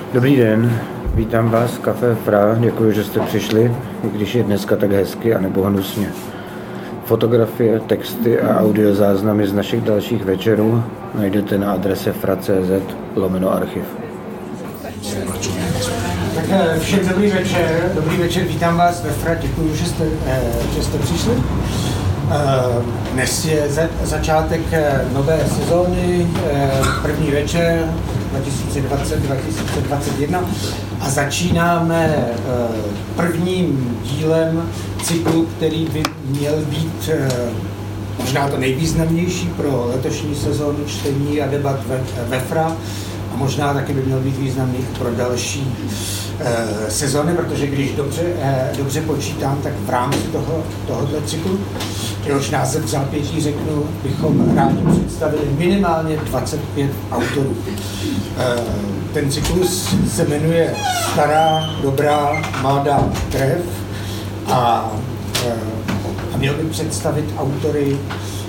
Dobrý den, vítám vás v Café Fra, děkuji, že jste přišli, i když je dneska tak hezky a nebo hnusně. Fotografie, texty a audiozáznamy z našich dalších večerů najdete na adrese fra.cz/archiv. Tak všem dobrý večer, vítám vás ve Fra, děkuji, že jste přišli. Dnes je začátek nové sezóny, první večer 2020-2021 a začínáme prvním dílem cyklu, který by měl být možná to nejvýznamnější pro letošní sezónu čtení a debat ve Fra a možná taky by měl být významný pro další sezóny, protože když dobře počítám, tak v rámci tohoto cyklu, jehož název v zápětí řeknu, bychom rádi představili minimálně 25 autorů. Ten cyklus se jmenuje Stará, dobrá, mladá krev a měl by představit autory,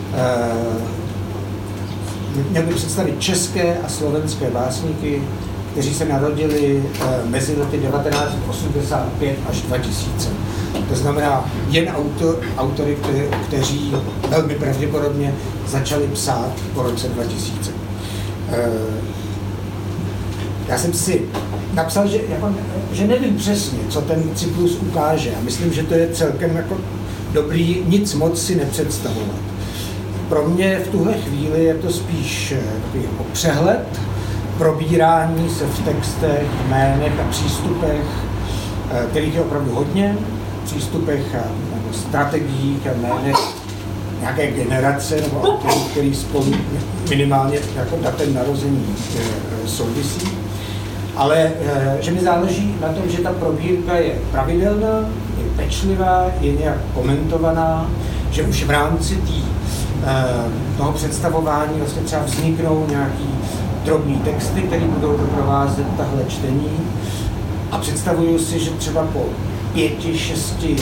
měl by představit české a slovenské básníky, kteří se narodili mezi lety 1985 až 2000. To znamená jen autory, kteří velmi pravděpodobně začali psát po roce 2000. Já jsem si napsal, že nevím přesně, co ten cyklus ukáže a myslím, že to je celkem jako dobrý nic moc si nepředstavovat. Pro mě v tuhle chvíli je to spíš takový jako přehled, probírání se v textech, jménech a přístupech, kterých je opravdu hodně, přístupech nebo strategiích a jménech nějaké generace nebo autorů, který spolu minimálně jako datem narození souvisí. Ale že mi záleží na tom, že ta probírka je pravidelná, je pečlivá, je nějak komentovaná, že už v rámci toho představování vlastně třeba vzniknou nějaký drobný texty, které budou doprovázet tahle čtení. A představuju si, že třeba po 5-6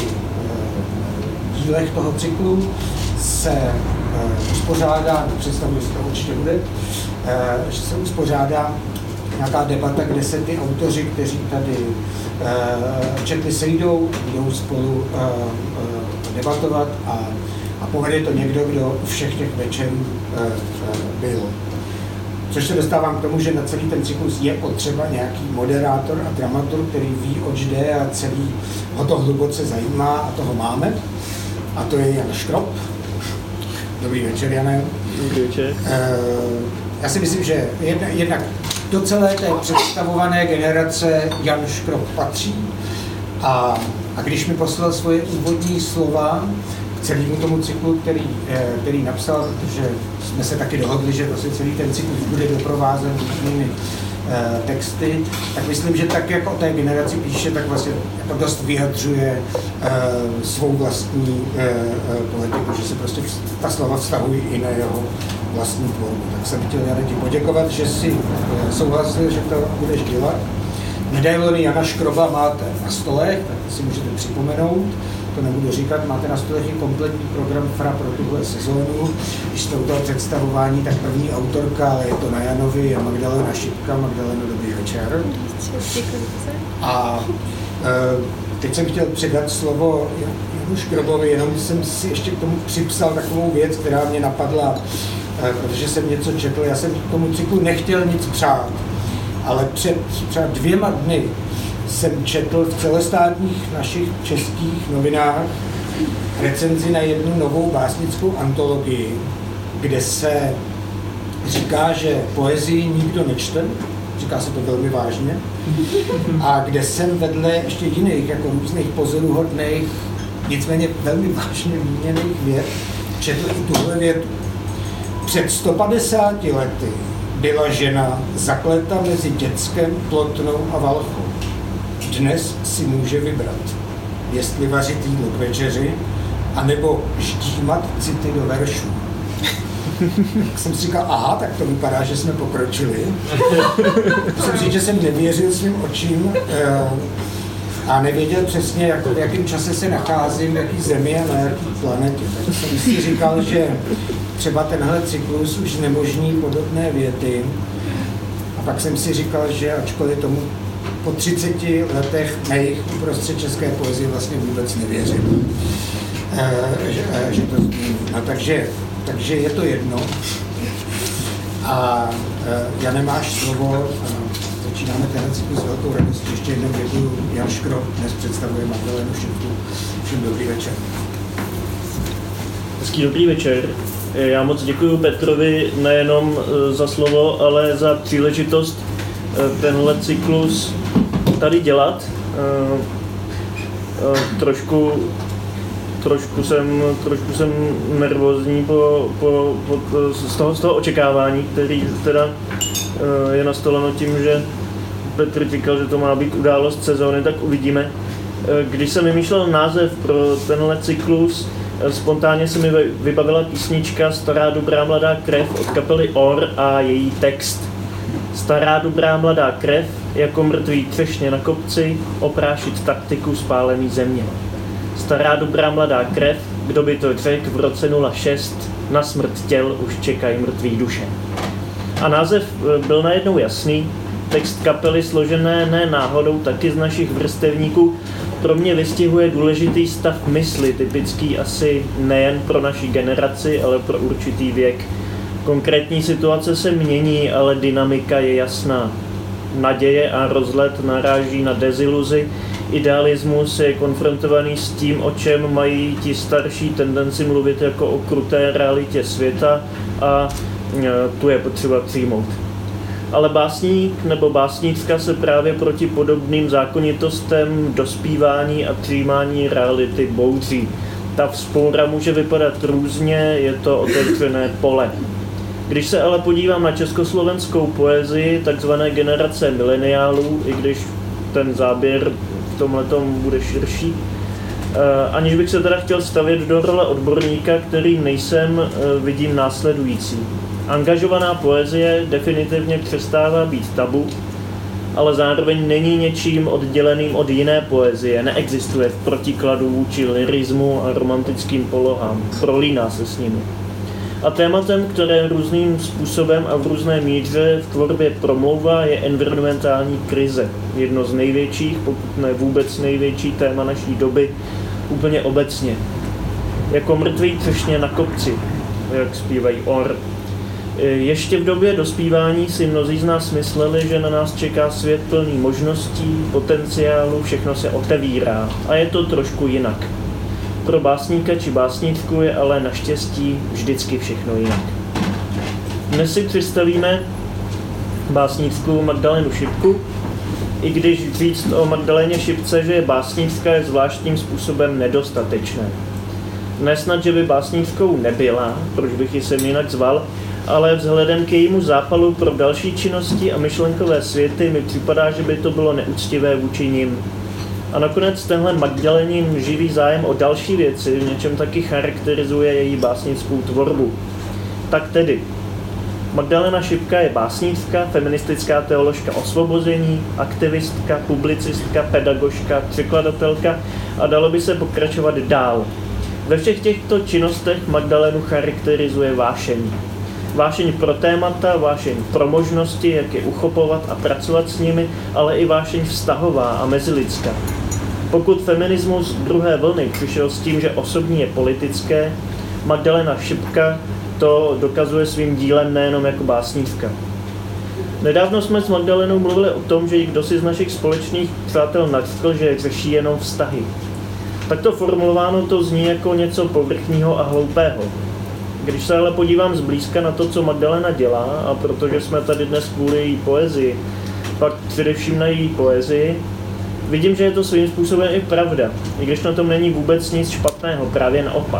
dílech toho cyklu se uspořádá, představuju si to určitě bude, že se uspořádá nějaká debata, kde se ty autoři, kteří tady četli, sejdou, budou spolu debatovat a povede to někdo, kdo u všech těch večerů byl. Což se dostávám k tomu, že na celý ten cyklus je potřeba nějaký moderátor a dramaturg, který ví, oč jde a celý ho to hluboce zajímá a toho máme. A to je Jan Škrob. Dobrý večer, Jane. Dobrý večer. Já si myslím, že jednak do celé té představované generace Jan Škrob patří. A když mi poslal svoje úvodní slova k celému tomu cyklu, který napsal, protože jsme se taky dohodli, že vlastně celý ten cyklus bude doprovázen různými texty, tak myslím, že tak, jak o té generaci píše, tak vlastně jako dost vyjadřuje svou vlastní politiku, že se prostě ta slova vztahují i na jeho vlastní tvorbu. Tak jsem chtěl, Jane, ti poděkovat, že jsi souhlasil, že to budeš dělat. Medailony Jana Škroba máte na stolech, tak si můžete připomenout, to nebudu říkat, máte na stolech i kompletní program Fra pro tuhle sezónu. Když jste u toho představování, tak první autorka, ale je to na Janovi, je Magdalena Šipka. Magdaleno, dobrý večer. A teď jsem chtěl předat slovo Janu Škrobovi, jenom jsem si ještě k tomu připsal takovou věc, která mě napadla, protože jsem něco četl. Já jsem k tomu cyklu nechtěl nic přát, ale před třeba 2 dny jsem četl v celostátních našich českých novinách recenzi na jednu novou básnickou antologii, kde se říká, že poezii nikdo nečte, říká se to velmi vážně, a kde jsem vedle ještě jiných, jako různých pozoruhodných, nicméně velmi vážně míněných vět, četl i tuhle větu. Před 150 lety byla žena zakleta mezi Děckem, Plotnou a Valchou. Dnes si může vybrat, jestli vařit jídlo k večeři, anebo ždímat city do veršů. Tak jsem si říkal, aha, tak to vypadá, že jsme pokročili. Musím říct, že jsem nevěřil svým očím a nevěděl přesně, v jakém čase se nacházím, v jaký zemi a na jaký planetě. Tak jsem si říkal, že třeba tenhle cyklus už znemožní podobné věty. A pak jsem si říkal, že ačkoliv tomu po 30 letech mých uprostřed české poezie vlastně vůbec nevěřím. Že to změní. No, takže je to jedno. A Jane, máš slovo. Začínáme tenhle cyklus s velkou radostí. Ještě jednou děkuju. Jan Škrob dnes představuje Magdalenu Šipku. Všem dobrý večer. Hezký dobrý večer. Já moc děkuju Petrovi nejenom za slovo, ale za příležitost tenhle cyklus tady dělat. Trošku jsem nervózní z toho očekávání, který teda je nastoleno tím, že Petr říkal, že to má být událost sezóny, tak uvidíme. Když jsem vymýšlel název pro tenhle cyklus, spontánně se mi vybavila písnička Stará dobrá mladá krev od kapely OR a její text. Stará dobrá mladá krev, jako mrtví třešně na kopci, oprášit taktiku spálený země. Stará dobrá mladá krev, kdo by to řekl v roce 06, na smrt těl už čekají mrtví duše. A název byl najednou jasný, text kapely složené ne náhodou taky z našich vrstevníků pro mě vystihuje důležitý stav mysli, typický asi nejen pro naši generaci, ale pro určitý věk. Konkrétní situace se mění, ale dynamika je jasná. Naděje a rozlet naráží na deziluzi, idealismus je konfrontovaný s tím, o čem mají ti starší tendenci mluvit jako o kruté realitě světa a tu je potřeba přijmout. Ale básník nebo básníčka se právě proti podobným zákonitostem dospívání a přijímání reality bouří. Ta vzpoura může vypadat různě, je to otevřené pole. Když se ale podívám na československou poezii takzvané generace mileniálů, i když ten záběr v tomhletom bude širší, aniž bych se teda chtěl stavět do role odborníka, který nejsem, vidím následující. Angažovaná poezie definitivně přestává být tabu, ale zároveň není něčím odděleným od jiné poezie, neexistuje v protikladu vůči lirismu a romantickým polohám, prolíná se s nimi. A tématem, které různým způsobem a v různé míře v tvorbě promlouvá, je environmentální krize. Jedno z největších, pokud ne vůbec největší téma naší doby, úplně obecně. Jako mrtví třešně na kopci, jak zpívají OR. Ještě v době dospívání si mnozí z nás mysleli, že na nás čeká svět plný možností, potenciálu, všechno se otevírá. A je to trošku jinak. Pro básníka či básničku je ale naštěstí vždycky všechno jinak. Dnes si představíme básničku Magdalenu Šipku, i když říct o Magdaleně Šipce, že je básnička, je zvláštním způsobem nedostatečné. Nesnad, že by básničkou nebyla, proč bych ji sem jinak zval, ale vzhledem k jejímu zápalu pro další činnosti a myšlenkové světy mi připadá, že by to bylo neúctivé vůči nim. A nakonec tenhle Magdalenin živý zájem o další věci v něčem taky charakterizuje její básnickou tvorbu. Tak tedy, Magdalena Šipka je básnická, feministická teoložka osvobození, aktivistka, publicistka, pedagožka, překladatelka a dalo by se pokračovat dál. Ve všech těchto činnostech Magdalenu charakterizuje vášeň. Vášeň pro témata, vášeň pro možnosti, jak je uchopovat a pracovat s nimi, ale i vášeň vztahová a mezilidská. Pokud feminismus druhé vlny přišel s tím, že osobní je politické, Magdalena Šipka to dokazuje svým dílem nejenom jako básníčka. Nedávno jsme s Magdalenou mluvili o tom, že kdo si z našich společných přátel nařkl, že řeší jenom vztahy. Takto formulováno to zní jako něco povrchního a hloupého. Když se ale podívám zblízka na to, co Magdalena dělá, a protože jsme tady dnes kvůli její poezii, pak především na její poezii, vidím, že je to svým způsobem i pravda, i když na tom není vůbec nic špatného, právě naopak.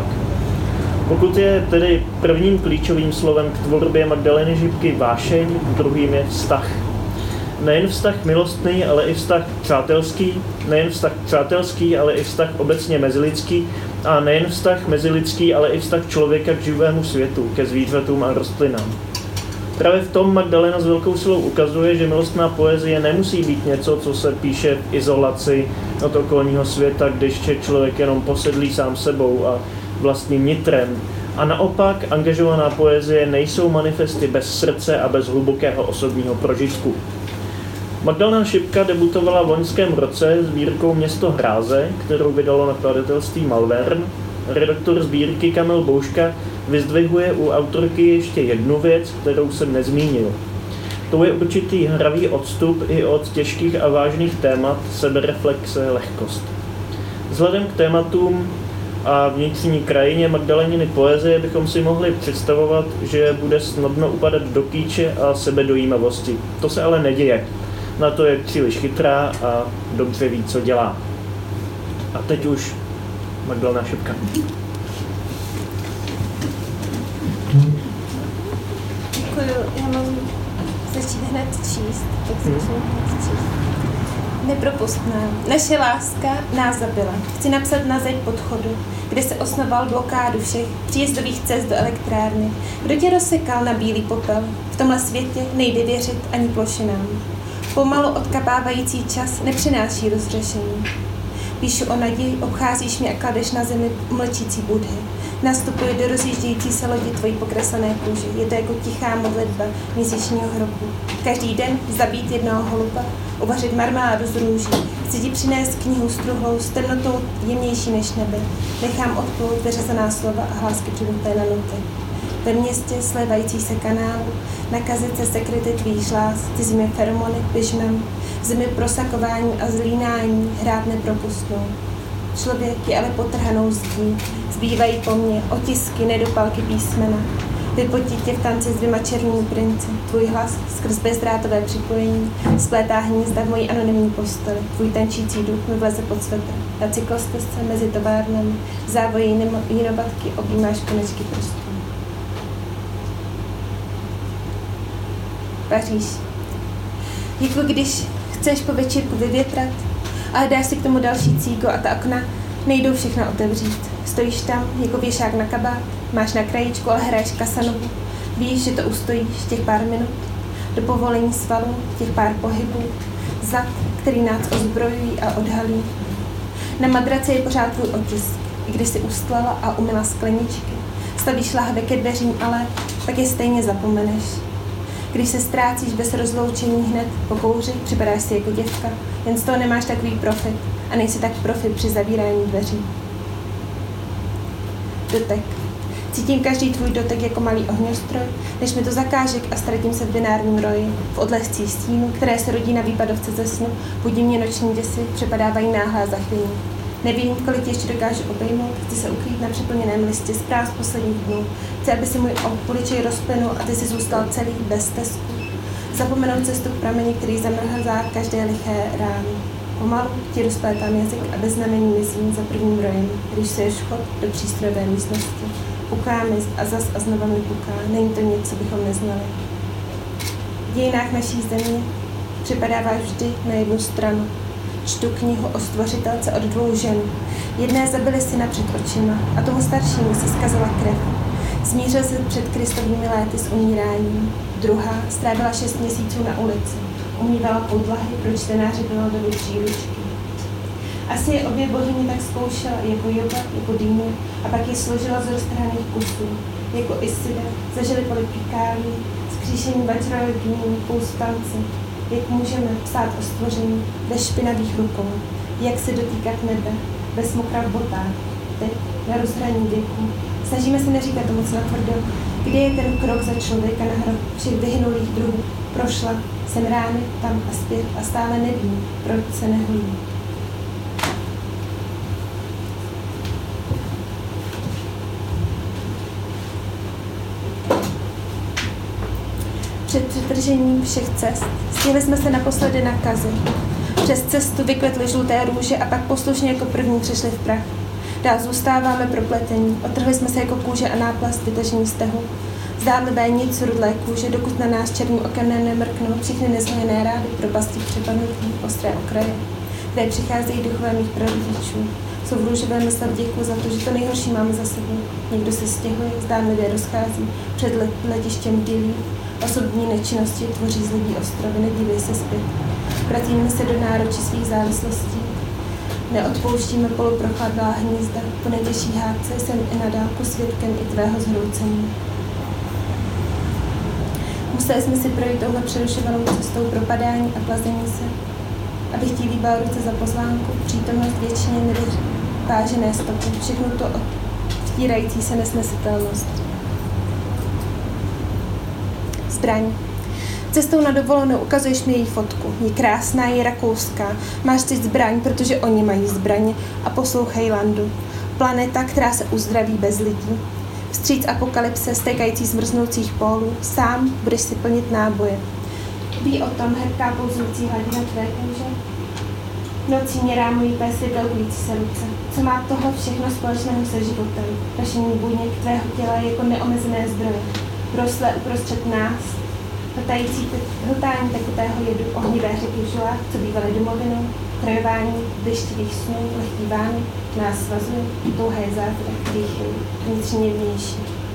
Pokud je tedy prvním klíčovým slovem k tvorbě Magdaleny Šipky vášeň, druhým je vztah. Nejen vztah milostný, ale i vztah přátelský, nejen vztah přátelský, ale i vztah obecně mezilidský a nejen vztah mezilidský, ale i vztah člověka k živému světu, ke zvířatům a rostlinám. Právě v tom Magdalena s velkou silou ukazuje, že milostná poezie nemusí být něco, co se píše v izolaci od okolního světa, když je člověk jenom posedlý sám sebou a vlastním nitrem. A naopak angažovaná poezie nejsou manifesty bez srdce a bez hlubokého osobního prožitku. Magdalena Šipka debutovala v loňském roce sbírkou Město hráze, kterou vydalo nakladatelství Malvern. Redaktor sbírky Kamil Bouška vyzdvihuje u autorky ještě jednu věc, kterou jsem nezmínil. To je určitý hravý odstup i od těžkých a vážných témat, sebereflexe, lehkost. Vzhledem k tématům a vnitřní krajině Magdaleniny poezie bychom si mohli představovat, že bude snadno upadat do kýče a sebedojímavosti. To se ale neděje. Na to je příliš chytrá a dobře ví, co dělá. A teď už Magdalena Šipka. Děkuju, já mám začít hned číst, tak začnu hned číst. Nepropustná. Naše láska nás zabila. Chci napsat na zeď podchodu, kde se osnoval blokádu všech příjezdových cest do elektrárny. Kdo tě rozsekal na bílý popel? V tomhle světě nejde věřit ani plošinám. Pomalu odkapávající čas nepřináší rozřešení. Píšu o naději, obcházíš mě a kladeš na zemi mlčící budhy. Nastupuji do rozjíždějící se lodi tvojí pokreslené kůže. Je to jako tichá modlitba měsíčního hrobu. Každý den zabít jednoho holuba, uvařit marmeládu z růží. Chci ti přinést knihu struhlou s temnotou jemnější než nebe. Nechám odplout vyřazená slova a hlásky přinuté na noty. Ve městě slévající se kanálu, na kazice sekryty tvých žláz, cizími feromony, pyžmem, v zemi prosakování a zlínání, hrát nepropustnou. Člověk je ale potrhanou zdí, zbývají po mně otisky, nedopalky písmena. Vypotit tě v tanci s 2 černými princi. Tvůj hlas skrz bezdrátové připojení splétá hnízda v mojí anonymní posteli. Tvůj tančící duch mi vleze pod svetr. Na cyklostezce mezi továrnami závojí jinovatky, objímáš konečky prstů. Paříž. Jako když chceš po večírku vyvětrat, ale dáš si k tomu další cígo a ta okna nejdou všechno otevřít. Stojíš tam jako věšák na kabát, máš na krajičku, ale hraješ kasanovu. Víš, že to ustojíš těch pár minut, do povolení svalů, těch pár pohybů, zad, který nás ozbrojují a odhalí. Na madraci je pořád tvůj otisk, i když jsi ustlala a umyla skleničky. Stavíš lahve ke dveřím, ale pak je stejně zapomeneš. Když se ztrácíš bez rozloučení hned po kouři, připadáš si jako děvka, jen z toho nemáš takový profit a nejsi tak profit při zavírání dveří. Dotek. Cítím každý tvůj dotek jako malý ohňostroj, než mi to zakážek a ztratím se v binárním roji, v odlehcích stínu, které se rodí na výpadovce ze snu, budí mě noční děsy, přepadávají náhlá zachvění. Nevím, kolik ještě dokážu obejmout, chci se ukrýt na přeplněném listě zpráv z posledních dnů. Chci, aby si můj poličej rozplynul a ty si zůstal celý bez stezku. Zapomenout cestu k prameni, který zamrzá každé liché ráno. Pomalu ti rozplétám jazyk a bez znamení mizím za prvním rojem, když se je vchod do přístrojové místnosti. Puká mi a zas a znova mi puká, není to nic, co bychom neznali. V dějinách naší země připadáváš vždy na jednu stranu. Čtu knihu o stvořitelce od 2 žen. Jedné zabili syna před očima a tomu staršímu se zkazila krev. Zmířil se před Kristovými léty s umíráním. Druhá strávila 6 měsíců na ulici. Umývala podlahy pro čtenáře Donaldovy příručky. Asi je obě bohyně tak zkoušela jako Joba, jako Dýnu a pak je složila z roztrhaných kusů. Jako Isida zažili politikálí, skříšení Vajrojov dní, poustanci. Jak můžeme psát o stvoření bez špinavých rukou, jak se dotýkat nebe, bez mokra v botách, teď na rozhraní věku. Snažíme se neříkat to moc natvrdo, kde je ten krok za člověka na hrob všech vyhynulých druhů. Prošla jsem rány tam a zpět a stále nevím, proč se nehojí. Před přetržením všech cest stihli jsme se naposledy na Kazi. Přes cestu vykvetly žluté růže a pak poslušně jako první přešli v prach. Dál zůstáváme propletení, otrhli jsme se jako kůže a náplast vytažení stehu. Zdánlivé nic rudlé kůže, dokud na nás černým okem nemrknou všechny nezhojené rády propastí přepadnutí, ostré okraje, které přicházejí duchové mých prarodičů. Jsou v růžovém mysle vděku za to, že to nejhorší máme za sebou. Někdo se stěhuje, zdánlivě rozchází, před letištěm bdělí. Osobní nečinnosti tvoří z lidí ostrovy, nedívej se zpět. Vracíme se do náročí svých závislostí. Neodpouštíme poloprochladlá hnízda. Po nejtěžší hádce jsem i na dálku svědkem i tvého zhroucení. Museli jsme si projít touhle přerušovanou cestou propadání a plazení se, aby chtěli líbal ruce za pozvánku, přítomnost většině nevyvážené stopy, všechno to vtírající se nesnesitelnost. Zbraň. Cestou na dovolenou ukazuješ mi její fotku. Je krásná, je rakouská. Máš teď zbraň, protože oni mají zbraně a poslouchají Landu. Planeta, která se uzdraví bez lidí. Vstříc apokalypse stékající z mrznoucích pólů. Sám budeš si plnit náboje. Ví o tom herká pouzující hladina tvé kůže? Nocí mě rámují tvé světelkující se ruce. Co má tohle všechno společného se životem? Prašení buněk tvého těla jako neomezené zdroje. Rostlé uprostřed nás, hltání tekutého jedu, ohnivé řeky v žilách, co bývaly domovinou, krajování deštivých snů, lehký vánek, nás svazuje, touhé zázrak, dýchy, vnitřně vnější.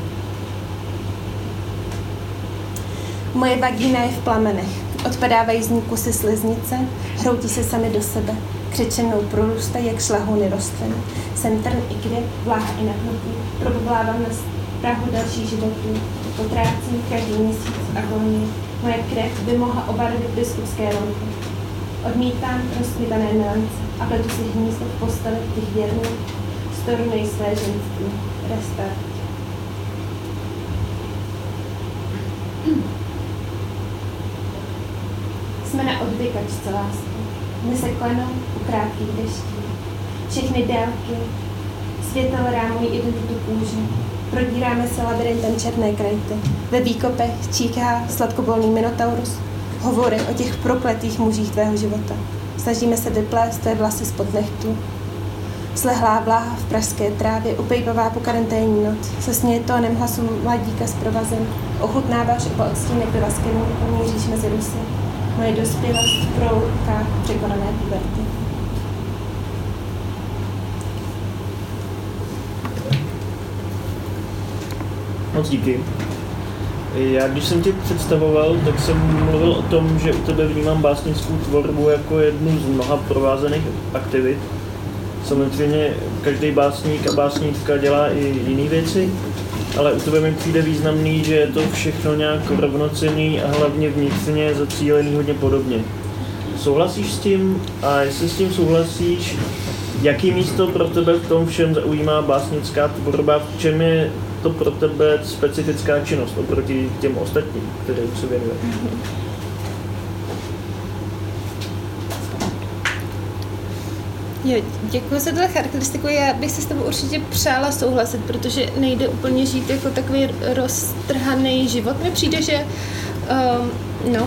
Moje vagína je v plamenech. Odpadávají z ní kusy sliznice, hroutí se sami do sebe. Křečenou prorůstají jak šlahouny rostlin. Jsem trn i květ, vláha i napnutí. Probublávám na prahu dalších životů. Potrácím každý měsíc agonie. Moje krev by mohla obarvit biskupské louky. Odmítám rozkvětané milence a pletu si hnízdo v posteli těch věrných. Storunej své ženství. Restart. Jsme na odvykačce, lásko. Dny se klenou u krátkých deští. Všechny délky světel rámují identitu kůže. Prodíráme se labirintem černé krajty. Ve výkopech číká sladkobolný minotaurus. Hovory o těch prokletých mužích tvého života. Snažíme se vyplést tvé vlasy spod nechtů. Slehlá vláha v pražské trávě, upejpavá po karanténní noc. Se směje tónem hlasu mladíka s provazem. Ochutnáváš oba odstínek piva s kenou, pomíříš mezi rusy. Moje dospělost v proulkách překonané puberty. Moc díky. Já když jsem tě představoval, tak jsem mluvil o tom, že u tebe vnímám básnickou tvorbu jako jednu z mnoha provázaných aktivit. Samozřejmě každý básník a básníčka dělá i jiné věci, ale u tebe mi přijde významný, že je to všechno nějak rovnocenný a hlavně vnitřně zacílený hodně podobně. Souhlasíš s tím? A jestli s tím souhlasíš, jaký místo pro tebe v tom všem zaujímá básnická tvorba? V čem je to pro tebe specifická činnost oproti těm ostatním, kterým se věnuje? Jo, děkuji za tuhle charakteristiku. Já bych se s tebou určitě přála souhlasit, protože nejde úplně žít jako takový roztrhaný život. Mi přijde, že no.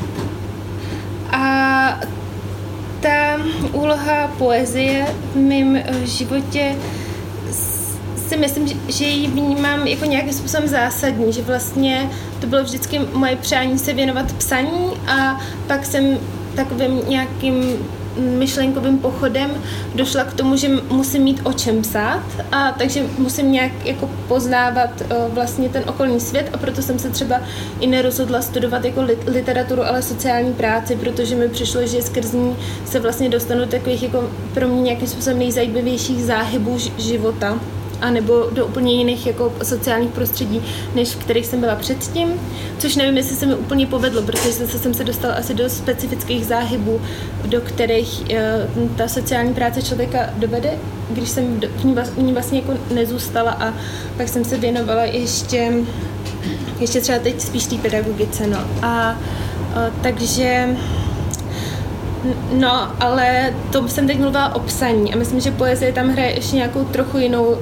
A ta úloha poezie v mém životě si myslím, že ji vnímám jako nějakým způsobem zásadní, že vlastně to bylo vždycky moje přání se věnovat psaní a pak jsem takovým nějakým myšlenkovým pochodem došla k tomu, že musím mít o čem psát a takže musím nějak jako poznávat vlastně ten okolní svět a proto jsem se třeba i nerozhodla studovat jako literaturu, ale sociální práci, protože mi přišlo, že skrz ní se vlastně dostanu do takových jako pro mě nějakým způsobem nejzajímavějších záhybů života a nebo do úplně jiných jako sociálních prostředí, než v kterých jsem byla předtím, což nevím, jestli se mi úplně povedlo, protože jsem se dostala asi do specifických záhybů, do kterých ta sociální práce člověka dovede, když jsem v ní vlastně jako nezůstala a pak jsem se věnovala ještě třeba teď spíš té pedagogice, no. A takže no, ale to jsem teď mluvila o psaní a myslím, že poezie tam hraje ještě nějakou trochu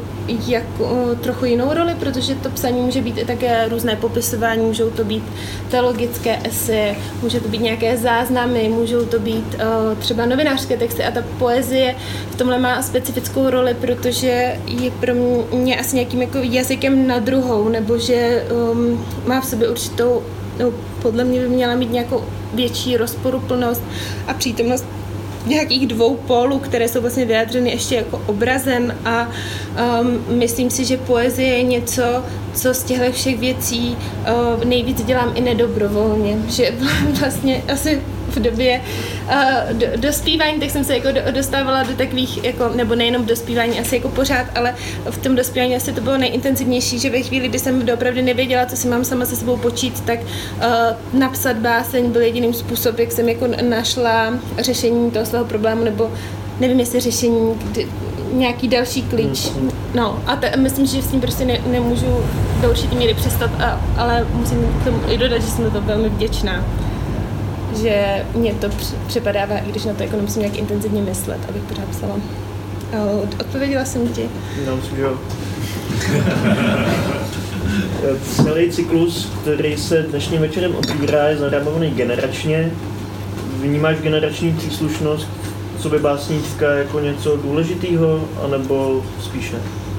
jinou roli, protože to psaní může být i také různé popisování, můžou to být teologické eseje, může to být nějaké záznamy, můžou to být třeba novinářské texty a ta poezie v tomhle má specifickou roli, protože je pro mě asi nějakým jako jazykem na druhou, nebo že má v sobě určitou, no, podle mě by měla mít nějakou větší rozporuplnost a přítomnost nějakých dvou pólů, které jsou vlastně vyjádřeny ještě jako obrazem a myslím si, že poezie je něco, co z těchto všech věcí nejvíc dělám i nedobrovolně, že vlastně asi v době do zpívání, tak jsem se jako dostávala do takových, jako, nebo nejenom do zpívání, asi jako pořád, ale v tom dospívání asi to bylo nejintenzivnější, že ve chvíli, kdy jsem opravdu nevěděla, co si mám sama se sebou počít, tak napsat báseň byl jediným způsob, jak jsem jako našla řešení toho svého problému, nebo nevím, jestli řešení, nějaký další klíč. No a myslím, že s tím prostě nemůžu do určitý míry přestat, ale musím k tomu i dodat, že jsem na to velmi vděčná. Že mě to přepadává, i když na to jako nemusím nějak intenzivně myslet, abych pořád psala. Odpověděla jsem ti? No, myslím, že jo. Celý cyklus, který se dnešním večerem otvírá, je zarámovaný generačně. Vnímáš generační příslušnost co by básnička jako něco důležitého, anebo spíš ne?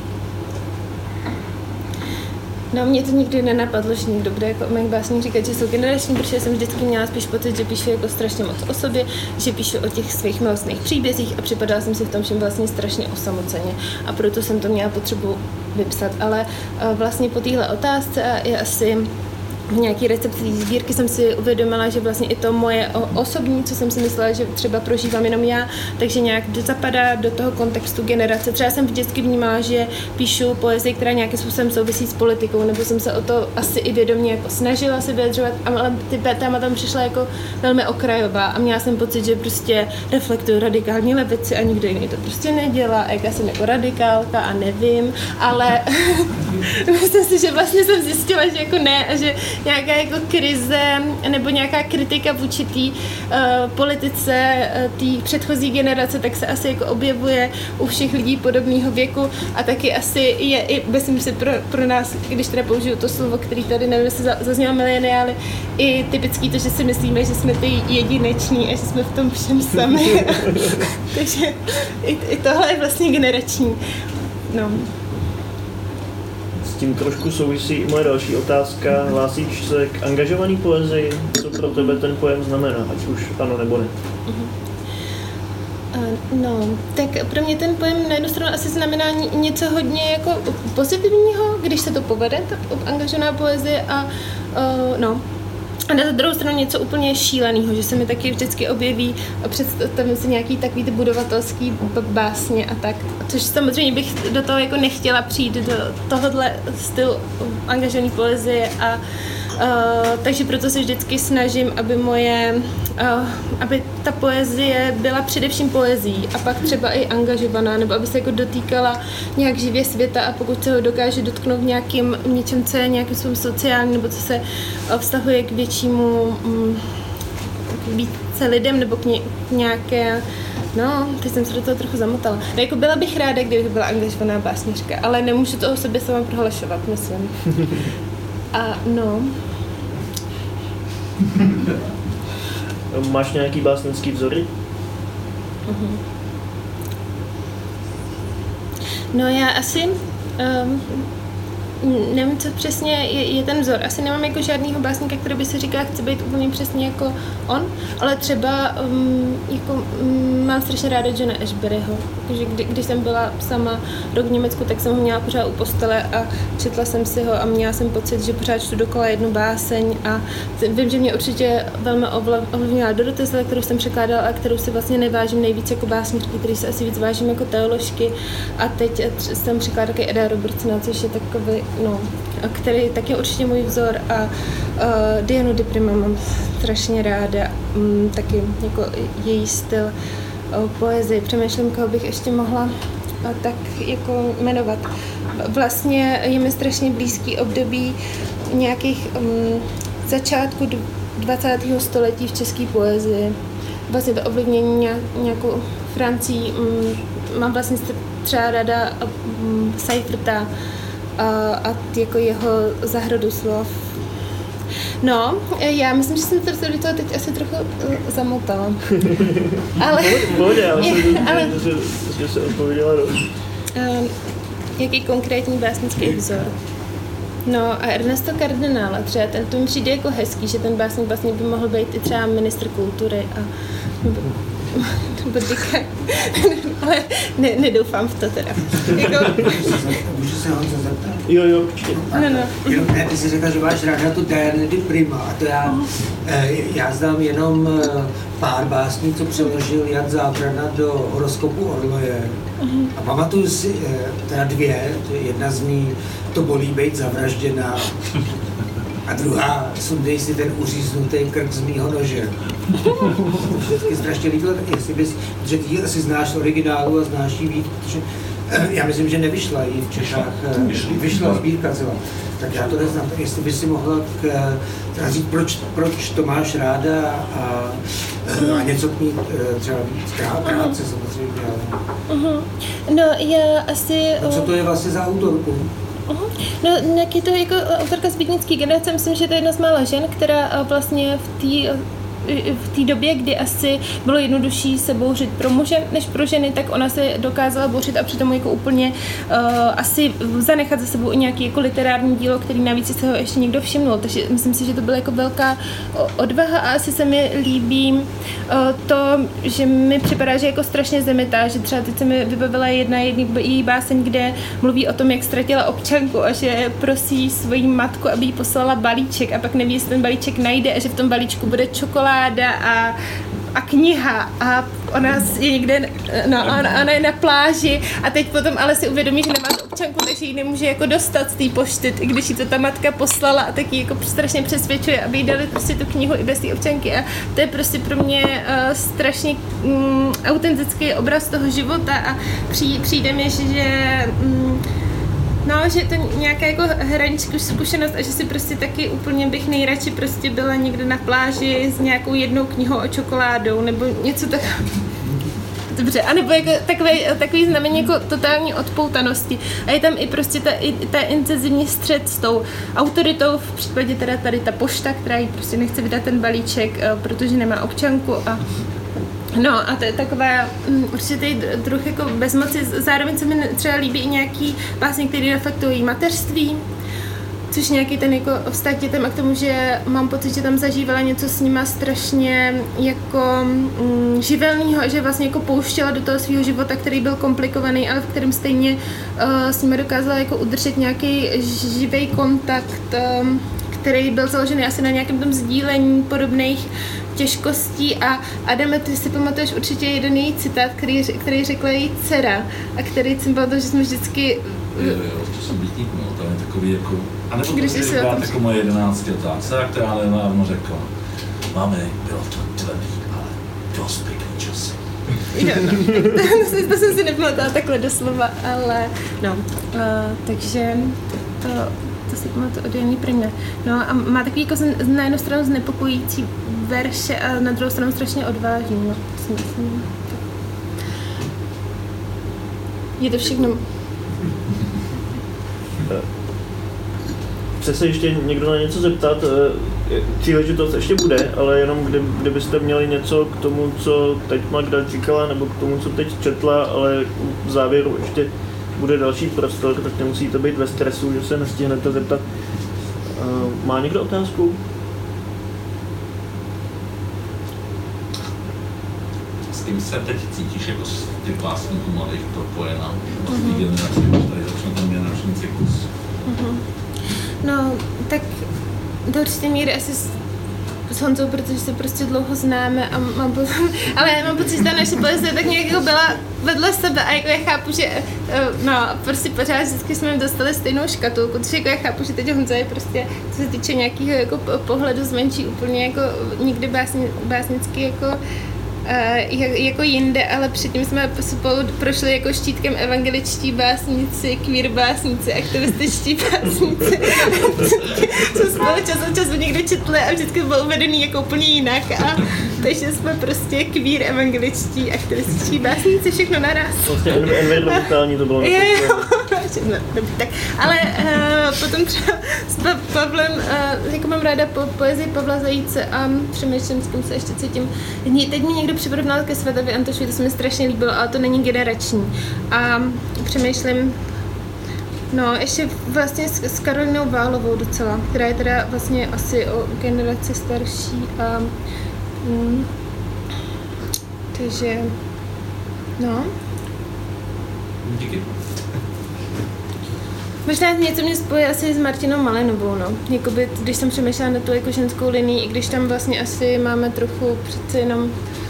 No, mě to nikdy nenapadlo, že někdo bude jako o mých básních říkat, že jsou generační, protože jsem vždycky měla spíš pocit, že píšu jako strašně moc o sobě, že píšu o těch svých milostných příbězích a připadala jsem si v tom všem vlastně strašně osamoceně a proto jsem to měla potřebu vypsat, ale vlastně po téhle otázce je asi v nějaký recepci sbírky jsem si uvědomila, že vlastně i to moje osobní, co jsem si myslela, že třeba prožívám jenom já, takže nějak zapadá do toho kontextu generace. Třeba jsem vždycky vnímala, že píšu poezii, která nějakým způsobem souvisí s politikou, nebo jsem se o to asi i vědomě jako snažila se vyjadřovat, ale ty téma tam přišla jako velmi okrajová a měla jsem pocit, že prostě reflektuju radikální levici a nikdo jiný to prostě nedělá, a já jsem jako radikálka a nevím, ale myslím si, že vlastně jsem zjistila, že jako ne a že nějaká jako krize nebo nějaká kritika vůči té politice té předchozí generace, tak se asi jako objevuje u všech lidí podobného věku a taky asi je i, myslím si, pro nás, když teda použiju to slovo, který tady nevím, jestli zaznělo mileniály, i typický to, že si myslíme, že jsme ty jedineční a že jsme v tom všem sami. Takže i tohle je vlastně generační. No. S tím trošku souvisí i moje další otázka. Hlásíš se k angažovaný poezii? Co pro tebe ten pojem znamená, ať už ano nebo ne? No, tak pro mě ten pojem na jednu stranu asi znamená něco hodně jako pozitivního, když se to povede, ta angažovaná poezie a no. A na druhou stranu něco úplně šíleného, že se mi taky vždycky objeví a představím si nějaký takový ty budovatelský básně a tak. Což samozřejmě bych do toho jako nechtěla přijít do tohohle stylu angažované poezie a takže proto se vždycky snažím, aby ta poezie byla především poezií a pak třeba i angažovaná, nebo aby se jako dotýkala nějak živě světa a pokud se ho dokáže dotknout v něčem, co je nějakým svým sociální, nebo co se vztahuje k většímu více lidem, nebo k nějaké. No, teď jsem se do toho trochu zamotala. No, jako byla bych ráda, kdybych byla angažovaná básnířka, ale nemůžu to o sobě sama prohlašovat, myslím. A no. Máš nějaký básnický vzory? No já asi nevím, co přesně je ten vzor. Asi nemám jako žádnýho básníka, který by si říkal, chci být úplně přesně jako on, ale třeba mám strašně ráda Johna Ashberyho. Když jsem byla sama rok v Německu, tak jsem ho měla pořád u postele a četla jsem si ho a měla jsem pocit, že pořád čtu dokola jednu báseň a vím, že mě určitě velmi ovlivnila Doroty Zle, kterou jsem překládala a kterou si vlastně nevážím nejvíc jako básnířky, který se asi víc vážím jako teoložky a teď jsem překládala taky Eda Robertsona, což je takový, no, který taky je určitě můj vzor a Dianu di Prima mám strašně ráda, taky jako její styl poezie. Přemýšlím, koho bych ještě mohla tak jako jmenovat. Vlastně je mi strašně blízký období nějakých začátku 20. století v české poezii. Vlastně to ovlivnění nějakou Francii. Mám vlastně třeba ráda Seiferta a jako jeho zahradu slov. No, já myslím, že jsem to do toho teď asi trochu zamotala. Ale... že se odpověděla dost. Jaký konkrétní básnický vzor? No a Ernesto Cardenala, třeba to mi přijde jako hezký, že ten básník vlastně by mohl být i třeba ministr kultury a ale nedoufám v to teda. Jako... Můžu se Honzo zeptat? Jo, určitě. No. Jenom ne, ty jsi řekla, že máš ráda tu Diana di Prima a to já znám jenom pár básní, co přeložil Jan Zábrana do horoskopu Orloje. A pamatuju si teda dvě, jedna z ní To bolí bejt zavražděná a druhá Sundej si ten uříznutý krk z mýho nože. To vždycky strašně líbilo, jestli bys, protože ty asi znáš originálu a znáš jí víc, protože já myslím, že nevyšla jí v Čechách, vyšla sbírka celá. Tak já to neznám, tak jestli bys si mohla říct, proč to máš ráda a něco k ní třeba víc krátce samozřejmě. No já asi... Co to je vlastně za autorku? No, jak je to jako autorka z beatnické generace, myslím, že to je jedna z mála žen, která vlastně v té době, kdy asi bylo jednodušší se bouřit pro muže než pro ženy, tak ona se dokázala bouřit a přitom jako úplně asi zanechat za sebou i nějaký jako literární dílo, který navíc se ho ještě někdo všimnul, takže myslím si, že to byla jako velká odvaha a asi se mi líbí to, že mi připadá, že jako strašně zemitá, že třeba teď se mi vybavila jedna její báseň, kde mluví o tom, jak ztratila občanku a že prosí svoji matku, aby jí poslala balíček a pak neví, jestli ten balíček najde a že v tom balíčku bude čokoláda a kniha a ona je někde, ona je na pláži a teď potom ale si uvědomí, že nemá tu občanku, takže ji nemůže jako dostat z té pošty, i když jí to ta matka poslala a tak ji jako strašně přesvědčuje, aby jí dali prostě tu knihu i bez té občanky a to je prostě pro mě strašně autentický obraz toho života a přijde mi, že no, že je to nějaká jako hraniční zkušenost a že si prostě taky úplně bych nejradši prostě byla někde na pláži s nějakou jednou knihou o čokoládou nebo něco tak. Dobře, anebo jako takový znamení jako totální odpoutanosti. A je tam i prostě ta intenzivní střed s tou autoritou, v případě teda tady ta pošta, která jí prostě nechce vydat ten balíček, protože nemá občanku a no a to je taková určitý druh jako bezmoci. Zároveň se mi třeba líbí i nějaký básně, který reflektují mateřství, což nějaký ten jako vztah dětem a k tomu, že mám pocit, že tam zažívala něco s nima strašně jako živelného, že vlastně jako pouštěla do toho svého života, který byl komplikovaný, ale v kterém stejně s nima dokázala jako udržet nějaký živý kontakt, který byl založený asi na nějakém tom sdílení podobných těžkostí a Adame, ty si pamatuješ určitě jeden její citát, který řekla její dcera a který jsem pamatuju, že jsme vždycky... Jo, to jsem bytník, no, tam je takový jako... A nebo to si říká jako moje 11letá dcera, která nedávno řekla, mami, bylo to tvrdý, ale dost pěkný časy. Jo, no. To jsem si nepamatovala takhle doslova, ale no, takže to si pamatuju od Jany Primě. No a má takový jako na jednu stranu znepokojící verše a na druhou stranu strašně odvážný, no, si myslím. Je to všechno. Chce se ještě někdo na něco zeptat? Příležitost ještě bude, ale jenom kdybyste měli něco k tomu, co teď Magda říkala, nebo k tomu, co teď četla, ale v závěru ještě bude další prostor, tak nemusíte být ve stresu, že se nestihnete zeptat. Má někdo otázku? S kým se teď cítíš jako z těch básníků mladých propojená? Z té generace, tady začne ten generační cyklus. No, tak do určité míry asi s Honzou, protože se prostě dlouho známe a mám pocit, že ta naše poezie tak nějak jako byla vedle sebe a jako já chápu, že no, prostě pořád vždycky jsme dostali stejnou škatulku, takže jako já chápu, že teď Honza je prostě, co se týče nějakého jako pohledu zvenčí úplně jako nikdy básnicky jako jinde, ale předtím jsme spolu prošli jako štítkem evangeličtí básníci, queer básníci, aktivističtí básníci. Co spolu čas od času někde četli a vždycky bylo uvedený jako úplně jinak. Takže jsme prostě queer evangeličtí, aktivističtí básníci, všechno naraz. Vlastně environmentální to bylo. No, dobrý, tak. Ale potom třeba s Pavlem, jako mám ráda poezii Pavla Zajíce a přemýšlím, s kým se ještě cítím. Teď mi někdo přirovnal ke Svatovi Antošovi, to se mi strašně líbilo, ale to není generační. A přemýšlím, no ještě vlastně s Karolinou Válovou docela, která je teda vlastně asi o generaci starší a Takže, no. Díky. Možná něco mě spojí asi s Martinou Malinovou, no. Jakoby, když jsem přemýšlela na tu jako ženskou linii, i když tam vlastně asi máme trochu přece jenom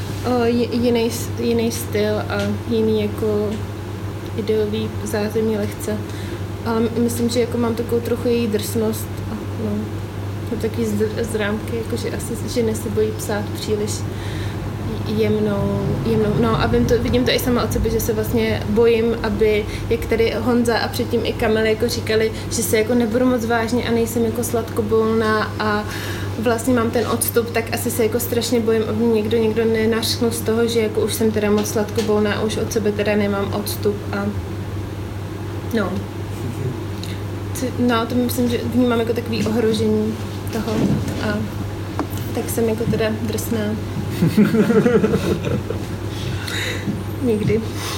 jiný styl a jiný jako ideový zázemí lehce. Ale myslím, že jako mám takovou trochu její drsnost a no, takový zrámky, jakože asi ženy se bojí psát příliš jemnou. No a vidím to i sama od sebe, že se vlastně bojím, aby, jak tady Honza a předtím i Kamil jako říkali, že se jako nebudu moc vážně a nejsem jako sladkobolná a vlastně mám ten odstup, tak asi se jako strašně bojím, aby někdo nenařknul z toho, že jako už jsem teda moc sladkobolná a už od sebe teda nemám odstup a no. No, to myslím, že vnímám jako takový ohrožení toho a tak jsem jako teda drsná. Nikdy.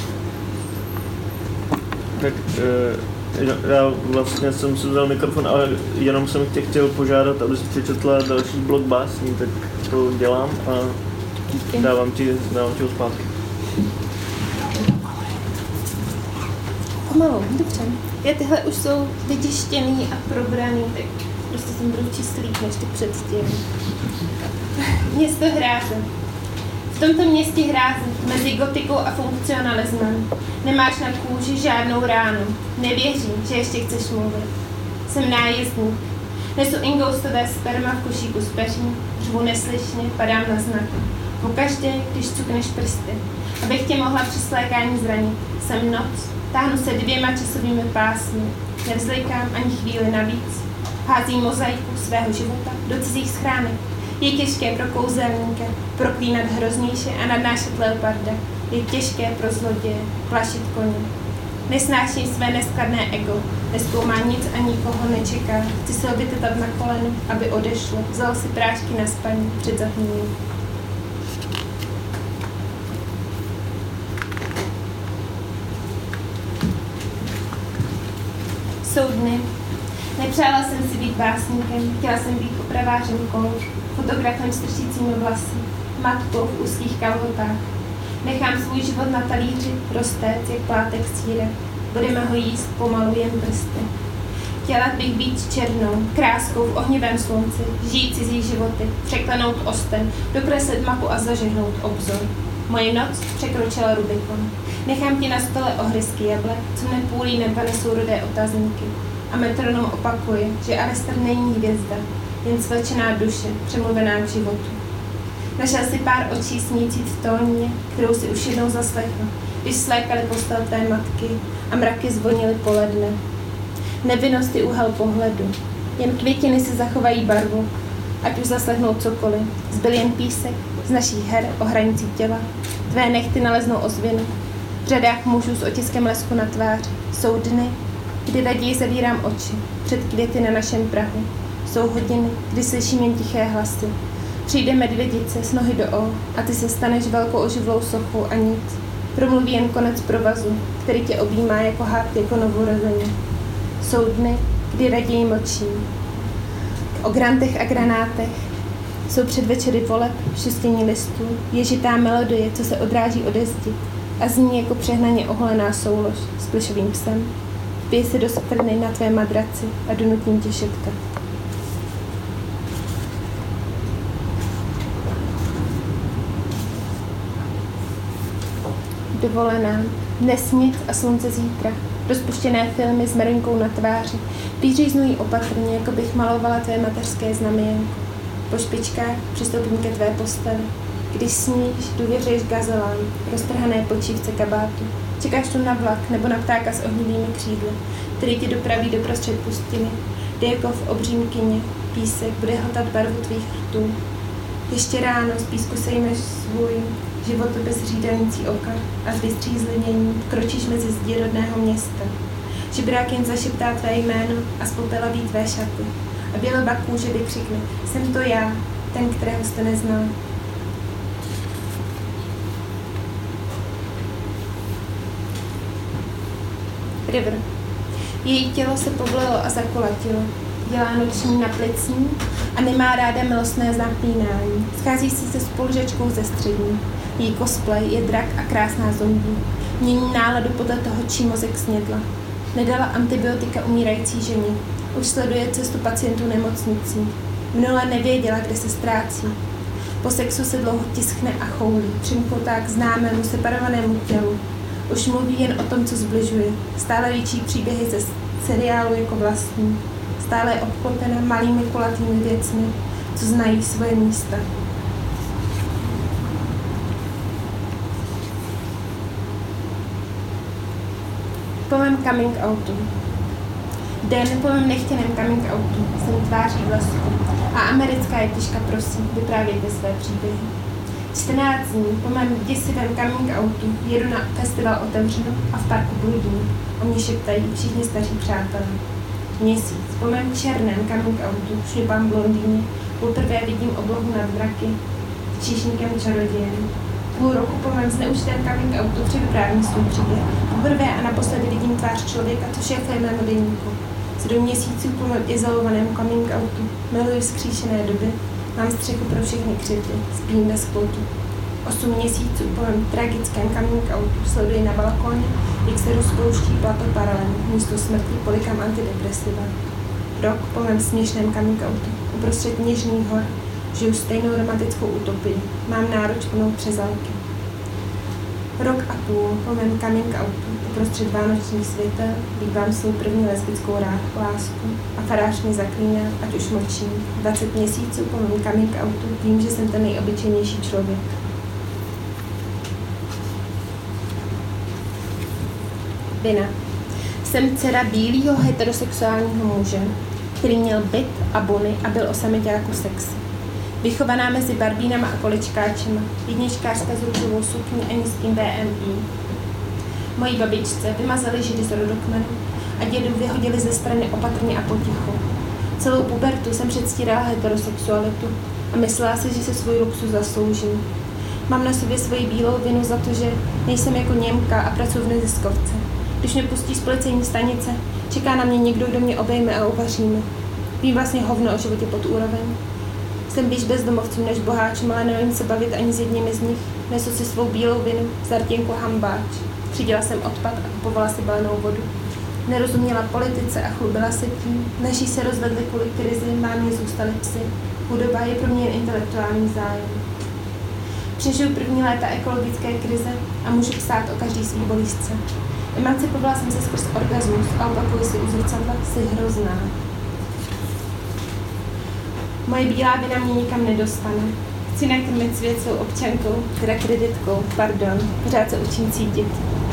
Tak já vlastně jsem si vzal mikrofon, ale jenom jsem tě chtěl požádat, abys přečetla další blok básní, tak to dělám a dávám ti ho zpátky. Pomalu, dobře. Tyhle už jsou vytištěný a probraný, tak prostě jsem budu číst líp než ty předtím. Město hráze. V tomto městě hráze, mezi gotikou a funkcionalismem, nemáš na kůži žádnou ránu. Nevěřím, že ještě chceš mluvit. Jsem nájezdník. Nesu ingoustové sperma v košíku z peří, řvu neslyšně, padám na znak. Pokaždé, když cukneš prsty, abych tě mohla při slékání zranit. Jsem noc, táhnu se 2 časovými pásmy, nevzlikám ani chvíli navíc. Házím mozaiku svého života do cizích schránek. Je těžké pro kouzelníka proklínat hroznější a nadnášet leoparda. Je těžké pro zloděje plašit koně. Nesnáším své neskladné ego. Nezkoumá nic a nikoho nečeká. Chci se ho vytetat na kolenu, aby odešlo. Vzal si prášky na spaní před zatměním. Jsou dny. Nepřála jsem si být básníkem, chtěla jsem být opravářem kol, fotografem s tršícími vlasy, matkou v úzkých kalhotách. Nechám svůj život na talíři roztéct jak plátek sýra. Budeme ho jíst pomalu jen prsty. Chtěla bych být černou, kráskou v ohnivém slunci, žít cizí životy, překlenout ostem, dokreslit mapu a zažehnout obzor. Moje noc překročila Rubikon. Nechám ti na stole ohrysky jablek, co mne půlí neba nesou rudé otazníky. A metronom opakuje, že Alistair není hvězda, jen svlečená duše, přemluvená k životu. Našel si pár očí snící v tónině, kterou si už jednou zaslechl, když slékali postel tvé matky a mraky zvonily poledne. Nevinnost je úhel pohledu, jen květiny si zachovají barvu, ať už zaslechnou cokoliv. Zbyl jen písek z našich her o hranici těla, tvé nechty naleznou ozvěnu. V řadách mužů s otiskem lesku na tváři jsou dny, kdy raději zavírám oči před květy na našem prahu. Jsou hodiny, kdy slyším jen tiché hlasy. Přijde medvědice s nohy do O a ty se staneš velkou oživlou sochou a nic. Promluví jen konec provazu, který tě objímá jako hád jako novorozeně. Jsou dny, kdy raději mlčím. O grantech a granátech jsou předvečery voleb, šustění listů, ježitá melodie, co se odráží ode zdi a zní jako přehnaně oholená soulož s plišovým psem. Vpij se do skvrny na tvé madraci a donutím tě šeptat. Dovolená, dnes nic a slunce zítra. Rozpuštěné filmy s meruňkou na tváři. Píříznují opatrně, jako bych malovala tvé mateřské znamienko. Po špičkách přistoupím ke tvé posteli. Když sníš, důvěřuješ gazelám, roztrhané počívce kabátu. Čekáš tu na vlak nebo na ptáka s ohnivými křídly, který tě dopraví doprostřed pustiny. Déko v obřím kyně, písek bude hltat barvu tvých rtů. Ještě ráno z písku sejmeš svůj životopis řídelnící oka a s vystřízlivěním kročíš mezi zdi rodného města. Žebrák jen zašeptá tvé jméno a spopelaví tvé šaty. A běloba kůže vykřikne, jsem to já, ten, kterého jste neznal. River. Její tělo se povlelo a zakulatilo. dělá noční na plicní a nemá ráda milostné zaklínání. Schází si se spolužačkou ze střední. Její cosplay je drak a krásná zombie. Mění náladu podle toho, čí mozek snědla. Nedala antibiotika umírající ženě. Už sleduje cestu pacientů nemocnicí. Minule nevěděla, kde se ztrácí. Po sexu se dlouho tiskne a choulí, přimknutá k známému separovanému tělu. Už mluví jen o tom, co zbližuje. Stále líčí příběhy ze seriálu jako vlastní. Stále je obklopena malými kulatými věcmi, co znají svoje místa. Po mém coming outu. Den po mém nechtěném coming outu jsem tváří v lesku a americká jeptiška prosí, vyprávějte své příběhy. 14 dní po mém děsivém coming outu jedu na festival Otevřeno a v parku bludím. O mě šeptají všichni staří přátelé. Měsíc po mém černém coming outu šlipám v Londýně, poprvé vidím oblohu nad mraky s číšníkem čarodějem. Půl roku po mém zneužitém coming outu převyprávím svůj příběh. Poprvé a naposledy vidím tvář člověka, co šéfuje mému deníku. 7 měsíců po mém izolovaném coming outu miluji vzkříšené doby, mám střechu pro všechny křivdy, spím bez klotu. 8 měsíců po mém tragickém coming outu sleduji na balkóně, jak se rozpouští plato paralel, místo smrti polikám antidepresiva. Rok po mém směšném coming outu, uprostřed něžných hor, žiju stejnou romantickou utopii, mám náruč plnou přezalky. Rok a půl po mém coming outu, uprostřed vánočních světel, bývám svou první lesbickou lásku a farář mě zaklíná, ať už mlčím. 20 měsíců po mém coming outu vím, že jsem ten nejobyčejnější člověk. Vina. Jsem dcera bílého heterosexuálního muže, který měl byt a bony a byl osaměťáku sexy. Vychovaná mezi barbínama a kolečkáčema, jedničkářka s růžovou sukní a nízkým BMI. Mojí babičce vymazali židy z rodokmenu a dědu vyhodili ze strany opatrně a potichu. Celou pubertu jsem předstírala heterosexualitu a myslela si, že se svůj luxus zasloužím. Mám na sobě svoji bílou vinu za to, že nejsem jako Němka a pracuji v neziskovce. Když mě pustí z policejní stanice, čeká na mě někdo, kdo mě obejme a uvaříme. Vím vlastně hovno o životě pod úroveň. Jsem blíž bezdomovcům než boháčům, ale neumím se bavit ani s jedním z nich. Nesu si svou bílou vinu, zartěnku hambáč. Třídila jsem odpad a kupovala si balenou vodu. Nerozuměla politice a chlubila se tím. Naši se rozvedli kvůli krizi, mámě zůstaly psy. Chudoba je pro mě jen intelektuální zájem. Přežiju první léta ekologické krize a můžu psát o každý svý bolízce. Emancipovala jsem se skrz orgasmus a opakuji si u zrcadla, jsi hrozná. Moje bílá vina mě nikam nedostane. Chci nakrmit svět svou občankou, teda kreditkou, pardon, pořád se učím cítit.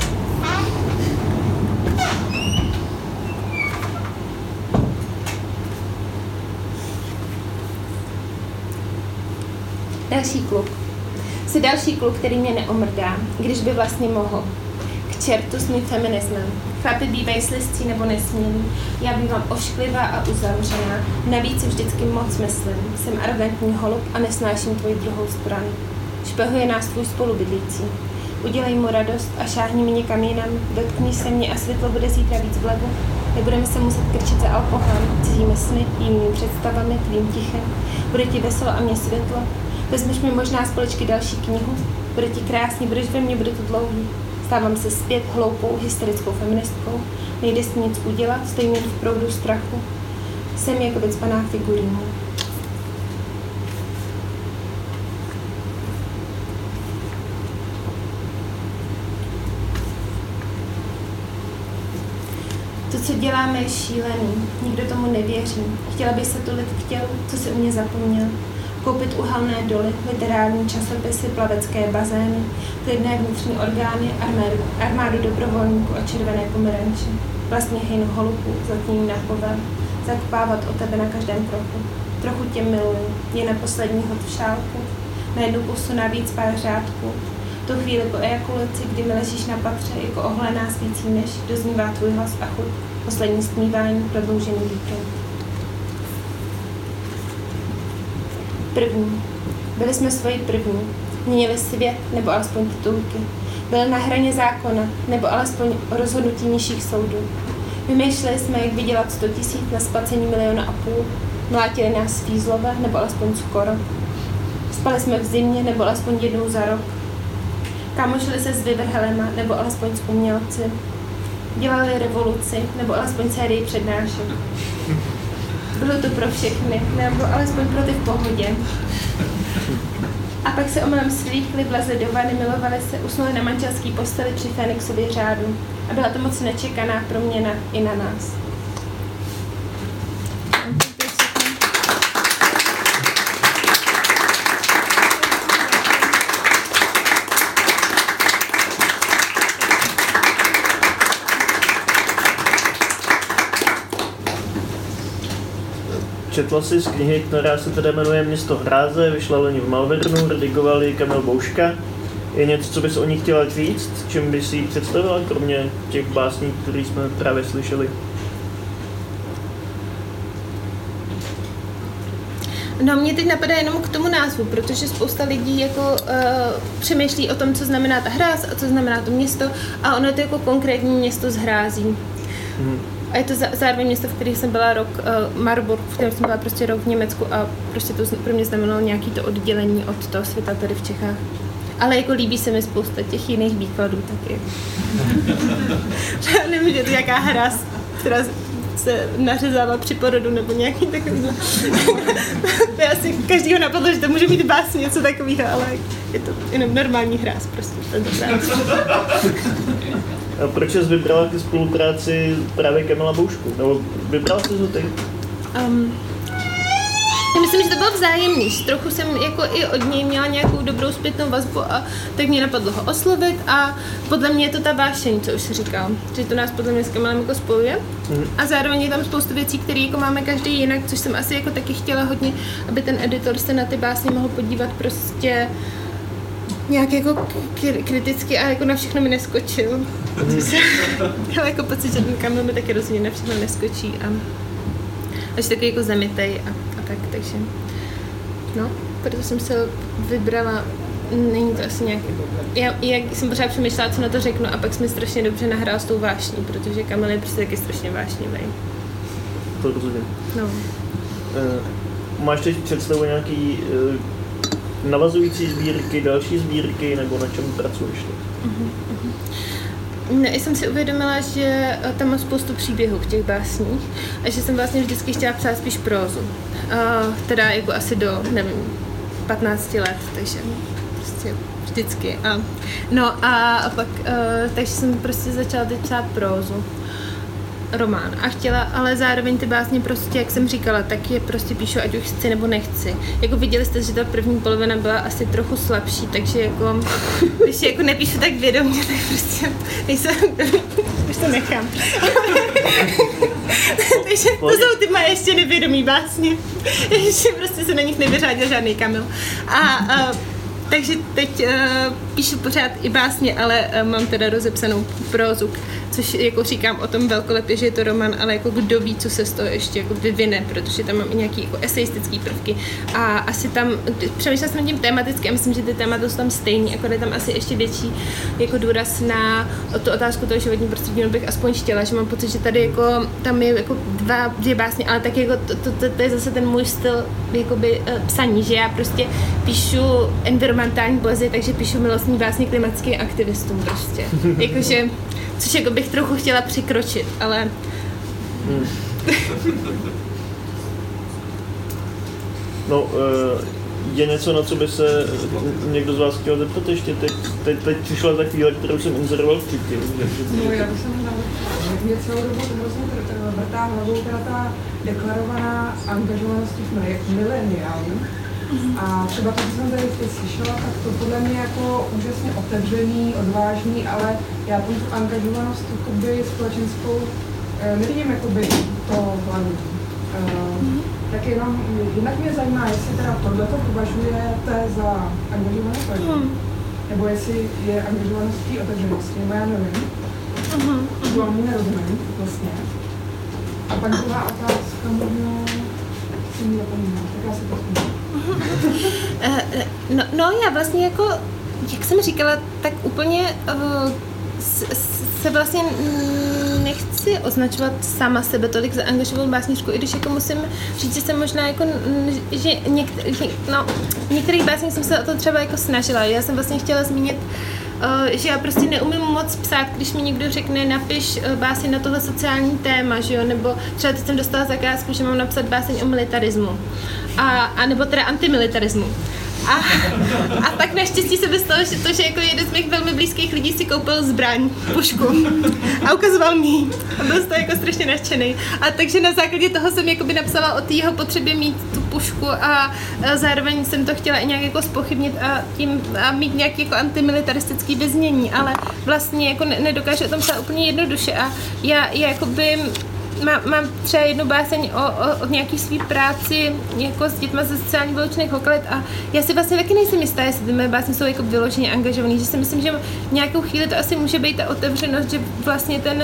Další kluk. Jsi další kluk, který mě neomrdá, když by vlastně mohl. K čertu s mým feminismem. Chlapi bývají slizcí nebo nesmělí. Já bývám ošklivá a uzavřená. Navíc si vždycky moc myslím. Jsem arrogantní holub a nesnáším tvoji druhou stranu. Špehuje nás tvůj spolubydlící. Udělej mu radost a šáhni mi někam jinam. Dotkni se mě a světlo bude zítra víc vlevo. Nebudeme se muset krčit za alkoholem, cizími sny, jinými představami, tvým tichem. Bude ti veselo a mě světlo. Vezmeš mi možná z poličky další knihu. Bude ti krásný, budeš ve mně, bude to dlouhý. Stávám se zpět hloupou, hysterickou feministkou. Nejde s ní nic udělat, stojím jen v proudu strachu. Jsem jako vycpaná figurína. To, co děláme, je šílený. Nikdo tomu nevěří. Chtěla bych se tulit k tělu, co si u mě zapomněl. Koupit uhelné doly, literární časopisy, plavecké bazény, klidné vnitřní orgány, armádu dobrovolníků a červené pomeranče. Vlastně hejnu holubů, zlatním na povel, zakupávat o tebe na každém kroku. Trochu tě miluji, je na poslední hod v šálku, na jednu pusu navíc pár řádků. Tu chvíli po ejakulaci, kdy mi ležíš na patře jako ohlená svící než, doznívá tvůj hlas a chuť, poslední stmívání, prodloužený víkend. První. Byli jsme svoji první. Měnili svět, nebo alespoň titulky. Byl na hraně zákona, nebo alespoň rozhodnutí nižších soudů. Vymýšleli jsme, jak vydělat 100 000 na splacení 1,5 milionu. Mlátili nás fízlové, nebo alespoň skoro. Spali jsme v zimě, nebo alespoň jednou za rok. Kámošili se s vyvrhelema, nebo alespoň s umělci. Dělali revoluci, nebo alespoň sérii přednášek. Bylo to pro všechny, nebo alespoň pro ty v pohodě. A pak se omylem svlíkli, vlezli do vany, milovali se, usnuli na manželský posteli při Fénixově řádu. A byla to moc nečekaná proměna i na nás. Četla jsi z knihy, která se teda jmenuje Město hráze, vyšla loni v Malvernu, redigovali Kamil Bouška. Je něco, co bys o ní chtěla říct? Čím bys ji představila, kromě těch básní, které jsme právě slyšeli? No, mě teď napadá jenom k tomu názvu, protože spousta lidí jako přemýšlí o tom, co znamená ta hráz a co znamená to město, a ono je to jako konkrétní město z hrází. A je to zároveň město, v kterém jsem byla rok, Marburg, v kterém jsem byla prostě rok v Německu, a prostě to pro mě znamenalo nějaký to oddělení od toho světa tady v Čechách. Ale jako líbí se mi spousta těch jiných výkladů taky. Nevím, že je to nějaká hra, která se nařezává při porodu nebo nějaký takový. To je asi každýho napadlo, že to může být básně, něco takového, ale je to jenom normální hra, prostě. A proč jsi vybrala k spolupráci právě Kamila Boušku? Nebo vybrala jsi to ty? Já myslím, že to bylo vzájemný. Trochu jsem jako i od něj měla nějakou dobrou zpětnou vazbu, a tak mě napadlo ho oslovit, a podle mě je to ta vášeň, co už si říkal, že to nás podle mě s Kamilem jako spojuje. A zároveň je tam spoustu věcí, které jako máme každý jinak, což jsem asi jako taky chtěla hodně, aby ten editor se na ty básně mohl podívat prostě nějak jako kriticky a jako na všechno mi neskočil. Ale jako pocit, že ten Kamil mi taky rozhodně na všechno neskočí, a až takový jako zemitej a tak, takže no, proto jsem se vybrala, není to asi nějak, já jsem pořád přemýšlela, co na to řeknu, a pak jsme strašně dobře nahrál s tou vášní, protože Kamil je prostě taky strašně vášnivý. To rozumím. No. Máš teď představu nějaký navazující sbírky, další sbírky, nebo na čem pracuješ teď? No, jsem si uvědomila, že tam mám spoustu příběhů v těch básních a že jsem vlastně vždycky chtěla psát spíš prózu. Teda jako asi do, nevím, 15 let, takže prostě vždycky. No a pak, takže jsem prostě začala teď psát prózu. Román a chtěla, ale zároveň ty básně prostě, jak jsem říkala, tak je prostě píšu, ať už chci nebo nechci. Jako viděli jste, že ta první polovina byla asi trochu slabší, takže jako, když jako nepíšu tak vědomě, tak prostě nejsem, už to nechám. Takže to jsou ty moje ještě nevědomý básně, že prostě se na nich nevyřádil žádný Kamil. Takže teď píšu pořád i básně, ale mám teda rozepsanou prózu, což jako říkám o tom velkolepě, že je to román, ale jako kdo ví, co se z toho ještě jako vyvine, protože tam mám i nějaký jako eseistický prvky. A asi tam, přemýšlela jsem tím tematicky a myslím, že ty témata jsou tam stejný, jako je tam asi ještě větší jako důraz na tu otázku toho životního prostředí, bych aspoň chtěla, že mám pocit, že tady jako, tam je jako dvě básně, ale tak jako to je zase ten můj styl jakoby psaní, že já prostě píšu environmentální poezii, takže píšu milostní básně klimatickým aktivistům prostě. Jakože, což jako bych trochu chtěla překročit, ale... No, je něco, na co by se někdo z vás chtěl zeptat ještě? Teď přišla ta chvíle, kterou jsem inzeroval v Číky. No, já bych se možná, mě celou dobu hrozně vrtá hlavou teda ta deklarovaná angažovanost těch mileniálů. A třeba to, co jsem tady teď slyšela, tak to podle mě jako úžasně otevřený, odvážný, ale já tu angažovanost jakoby společenskou nevidím jakoby to hlavní. Tak jenom, jinak mě zajímá, jestli teda tohleto považujete za angažovanost, nebo jestli je angažovanost v té otevřenosti, nebo já nevím. To ani nerozumím vlastně. A pak druhá otázka, možná si mi zapomínám, tak já se to zkusím. No, já vlastně jako, jak jsem říkala, tak úplně se vlastně nechci označovat sama sebe tolik za angažovanou básnířku, i když jako musím říct, že jsem možná jako, že některých básních jsem se o to třeba jako snažila. Já jsem vlastně chtěla zmínit, že já prostě neumím moc psát, když mi někdo řekne, napiš báseň na tohle sociální téma, že jo, nebo třeba teď jsem dostala zakázku, že mám napsat báseň o militarismu, a nebo teda antimilitarismu. A tak naštěstí se stalo, že to, že jako jeden z mých velmi blízkých lidí si koupil zbraň, pušku a ukazoval mi ji. A byl z toho jako strašně nadšený. A takže na základě toho jsem jakoby napsala o té jeho potřebě mít tu pušku a zároveň jsem to chtěla i nějak jako zpochybnit a mít nějaký jako antimilitaristický vyznění, ale vlastně jako nedokážu o tom psát úplně jednoduše a já jakoby mám třeba jednu báseň o nějaký svý práci jako s dětma ze sociálně vyloučených lokalit a já si vlastně taky nejsem jistá, jestli ty mé básně jsou jako vyloženě angažovaný, že si myslím, že nějakou chvíli to asi může být ta otevřenost, že vlastně ten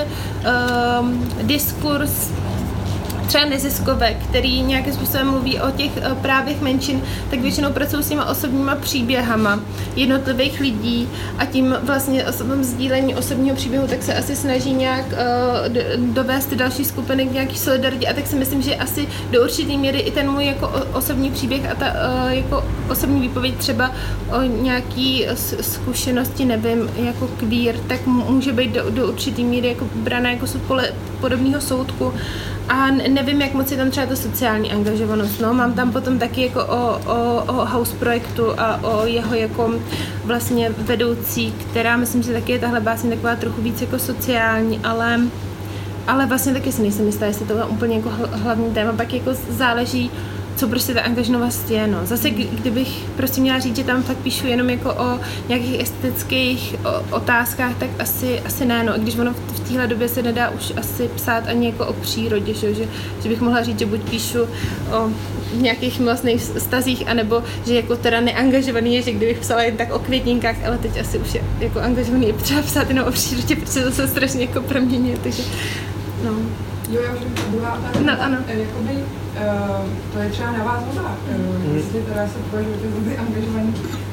diskurs třeba neziskovek, který nějakým způsobem mluví o těch právech menšin, tak většinou pracují s těma osobníma příběhama jednotlivých lidí a tím vlastně osobním sdílení osobního příběhu, tak se asi snaží nějak dovést ty další skupiny k nějaký solidaritě a tak si myslím, že asi do určité míry i ten můj jako osobní příběh a ta jako osobní výpověď třeba o nějaký zkušenosti, nevím, jako queer, tak může být do určité míry jako braná jako podobného soudku. A nevím, jak moc je tam třeba to sociální angažovanost. No, mám tam potom taky jako o house projektu a o jeho jako vlastně vedoucí, která myslím, že taky je tahle básně taková trochu víc jako sociální, ale vlastně taky si nejsem jistá, jestli to je úplně jako hlavní téma, pak jako záleží, co prostě ta angažovanost je, no. Zase, kdybych prostě měla říct, že tam fakt píšu jenom jako o nějakých estetických otázkách, tak asi ne, no. I když ono v téhle době se nedá už asi psát ani jako o přírodě, že bych mohla říct, že buď píšu o nějakých milostných vztazích, anebo že jako teda neangažovaný je, že kdybych psala jen tak o květninkách, ale teď asi už je jako angažovaný je potřeba psát jenom o přírodě, protože to se strašně jako proměňuje, takže no. Jo, já už bych to byla otázka. No, ano. Jakoby, to je třeba na vás oba, jestli teda se považujete za angažovaný.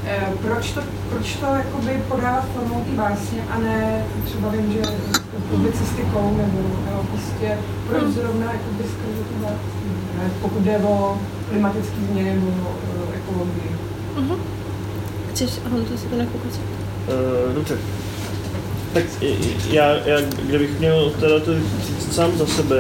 Proč to jakoby podávat formou té básně a ne třeba vím, že publicistikou nebo prostě proč zrovna jakoby skrze tu básně, pokud jde o klimatické změny nebo ekologii. Chceš, Honzo, si to nekoukat? Dobře. Tak já, kdybych měl teda to sám za sebe,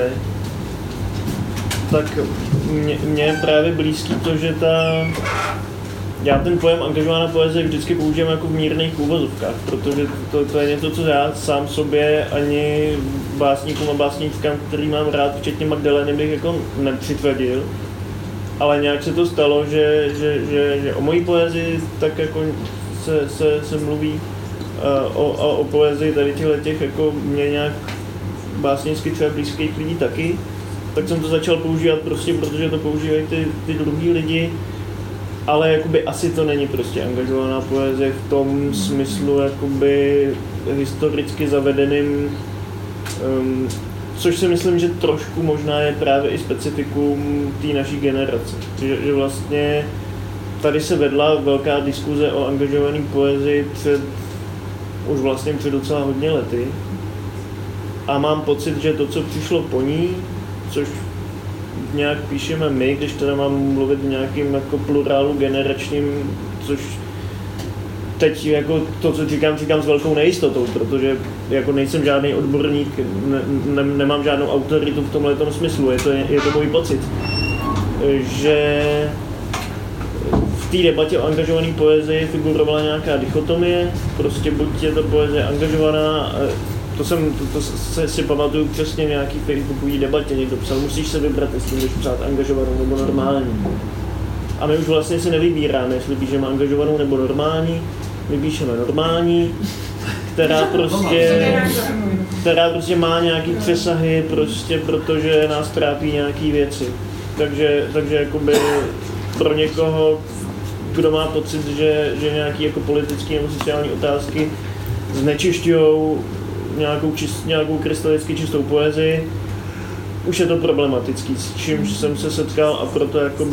tak mě je právě blízký to, že já ten pojem angažovaná poezie vždycky používám jako v mírných úvozovkách, protože to je něco, co já sám sobě ani básníkům a básníčkám, který mám rád, včetně Magdaleny, bych jako nepřitvrdil. Ale nějak se to stalo, že o mojí poezii tak jako se mluví o poezii tady těch jako mě nějak básnicky třeba blízkých lidí taky, tak jsem to začal používat prostě, protože to používají ty druhý lidi, ale jakoby asi to není prostě angažovaná poezie v tom smyslu jakoby historicky zavedeným, což si myslím, že trošku možná je právě i specifikum té naší generace, že vlastně tady se vedla velká diskuze o angažované poezii už vlastně před docela hodně lety a mám pocit, že to, co přišlo po ní, což nějak píšeme my, když teda mám mluvit v nějakým jako plurálu generačním, což teď jako to, co říkám s velkou nejistotou, protože jako nejsem žádný odborník, nemám žádnou autoritu v tomhletom smyslu, je to můj pocit, že v té debatě o angažované poezii figurovala nějaká dichotomie, prostě buď je to poezie angažovaná, to si pamatuju přesně v nějaký facebookový debatě, někdo psal, musíš se vybrat, jestli budeš psát angažovanou nebo normální. A my už vlastně si nevybíráme, jestli píšeme angažovanou nebo normální, my píšeme normální, která prostě má nějaký přesahy, prostě protože nás trápí nějaký věci. Takže jakoby pro někoho, kdo má pocit, že nějaký jako politický nebo sociální otázky znečišťujou nějakou krystalicky čistou poezii, už je to problematický, s čímž jsem se setkal a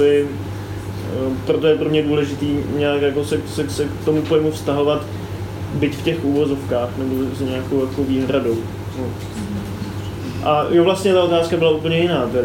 proto je pro mě důležitý nějak jako se k tomu pojmu vztahovat byť v těch úvozovkách nebo s nějakou jako výhradou. No. A jo, vlastně ta otázka byla úplně jiná teda.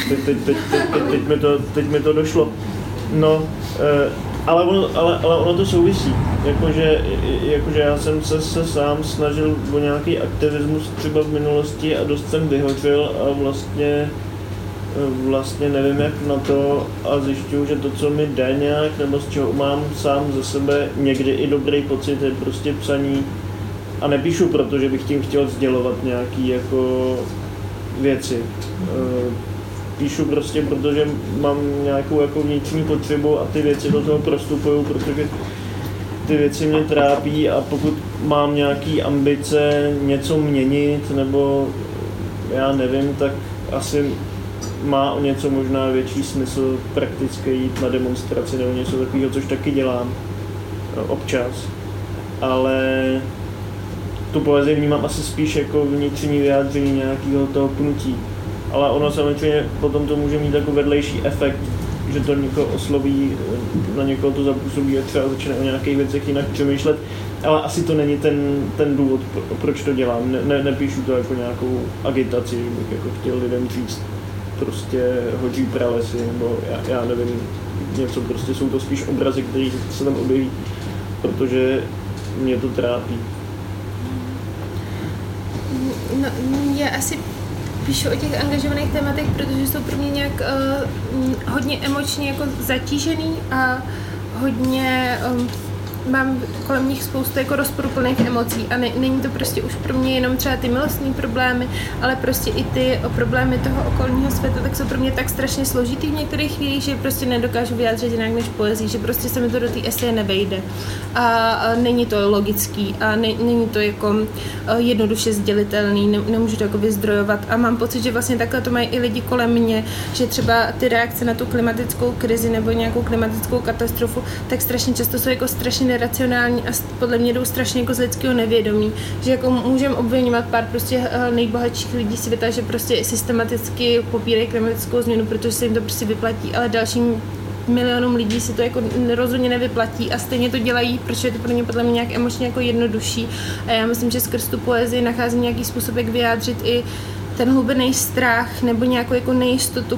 Teď mi to došlo. No, ale ono to souvisí. Jakože já jsem se sám snažil o nějaký aktivismus třeba v minulosti a dost jsem vyhořil a vlastně nevím jak na to a zjišťuju, že to, co mi jde nějak, nebo z čeho mám sám ze sebe někdy i dobrý pocit, je prostě psaní. A nepíšu, protože bych tím chtěl sdělovat nějaký jako věci. Píšu prostě, protože mám nějakou jako vnitřní potřebu a ty věci do toho prostupuju, protože ty věci mě trápí a pokud mám nějaký ambice něco měnit nebo já nevím, tak asi má o něco možná větší smysl prakticky jít na demonstraci nebo něco takového, což taky dělám občas. Ale tu poezii vnímám asi spíš jako vnitřní vyjádření nějakého toho pnutí. Ale ono samozřejmě potom to může mít jako vedlejší efekt, že to někoho osloví, na někoho to zapůsobí a třeba začne o nějakých věcech jinak přemýšlet. Ale asi to není ten důvod, proč to dělám. Nepíšu to jako nějakou agitaci, že bych jako chtěl lidem říct prostě hodí pralesy, nebo já nevím, něco prostě jsou to spíš obrazy, které se tam objeví, protože mě to trápí. No, já asi píšu o těch angažovaných tématech, protože jsou pro mě nějak hodně emočně jako zatížený a hodně mám kolem nich spoustu jako rozporuplných emocí a není to prostě už pro mě jenom třeba ty milostní problémy, ale prostě i ty problémy toho okolního světa, tak jsou pro mě tak strašně složitý v některých chvílích, že prostě nedokážu vyjádřit jinak než poezí, že prostě se mi to do té eseje nevejde a není to logický a není to jako jednoduše sdělitelný, nemůžu to jako vyzdrojovat a mám pocit, že vlastně takhle to mají i lidi kolem mě, že třeba ty reakce na tu klimatickou krizi nebo nějakou klimatickou katastrofu, tak strašně často jsou jako strašně neracionální a podle mě jdou strašně jako z lidského nevědomí, že jako můžeme obviňovat pár prostě nejbohatších lidí světa, že prostě systematicky popírají klimatickou změnu, protože se jim to prostě vyplatí, ale dalším milionům lidí si to jako rozhodně nevyplatí a stejně to dělají, protože je to pro ně podle mě nějak emočně jako jednodušší a já myslím, že skrz tu poezii nacházím nějaký způsob, jak vyjádřit i ten hlubinný strach nebo nějakou jako nejistotu,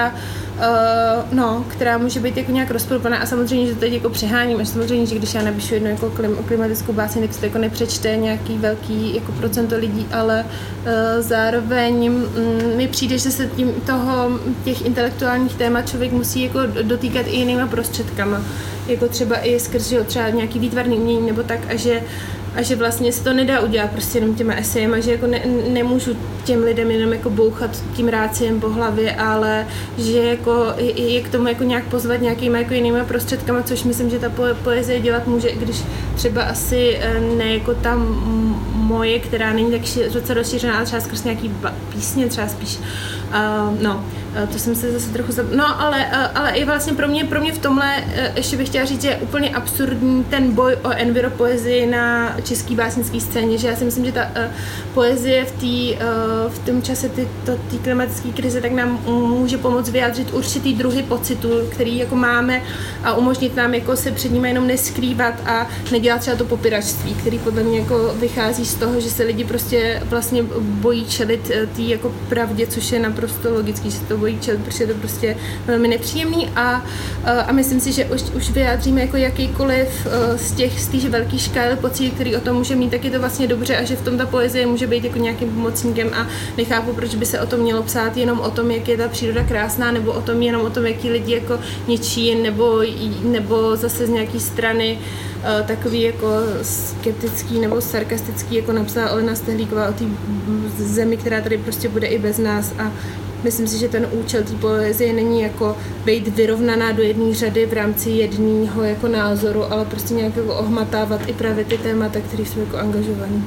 která může být jako nějak rozporuplná a samozřejmě, že to teď jako přeháním, až samozřejmě, že když já napíšu jednu jako klimatickou báseň, tak se to jako nepřečte nějaký velký jako procento lidí, ale zároveň mi přijde, že se těch intelektuálních témat člověk musí jako dotýkat i jinýma prostředkama, jako třeba i skrz třeba nějaký výtvarný umění nebo tak a že vlastně se to nedá udělat prostě jenom těma esejema, že jako nemůžu těm lidem jenom jako bouchat tím ráciem po hlavě, ale že jako je k tomu jako nějak pozvat nějakýma jako jinýma prostředkama, což myslím, že ta poezie dělat může, když třeba asi ne jako ta moje, která není tak docela rozšířená, ale třeba skrz nějaký písně třeba spíš. To jsem se zase trochu ale i vlastně pro mě v tomhle ještě bych chtěla říct, že je úplně absurdní ten boj o enviropoezii na české básnické scéně, že já si myslím, že ta poezie v tom čase té klimatické krize tak nám může pomoct vyjádřit určitý druhy pocitu, který jako máme a umožnit nám jako se před nimi jenom neskrývat a nedělat třeba to popíračství, který podle mě jako vychází z toho, že se lidi prostě vlastně bojí čelit té jako pravdě, což je naprosto logický, že to bojí čelit, protože je to prostě velmi nepříjemný a myslím si, že už vyjádříme jako jakýkoliv z té velké škály pocitů, který o tom může mít, tak je to vlastně dobře a že v tom ta poezie může být jako nějakým pomocníkem a nechápu, proč by se o tom mělo psát jenom o tom, jak je ta příroda krásná, nebo o tom jenom o tom, jaký lidi jako něčí, nebo zase z nějaký strany takový jako skeptický nebo sarkastický, jako napsala Olena Stehlíková o té zemi, která tady prostě bude i bez nás a myslím si, že ten účel té poezie není jako být vyrovnaná do jedné řady v rámci jedného jako názoru, ale prostě nějak jako ohmatávat i právě ty témata, které jsou jako angažované.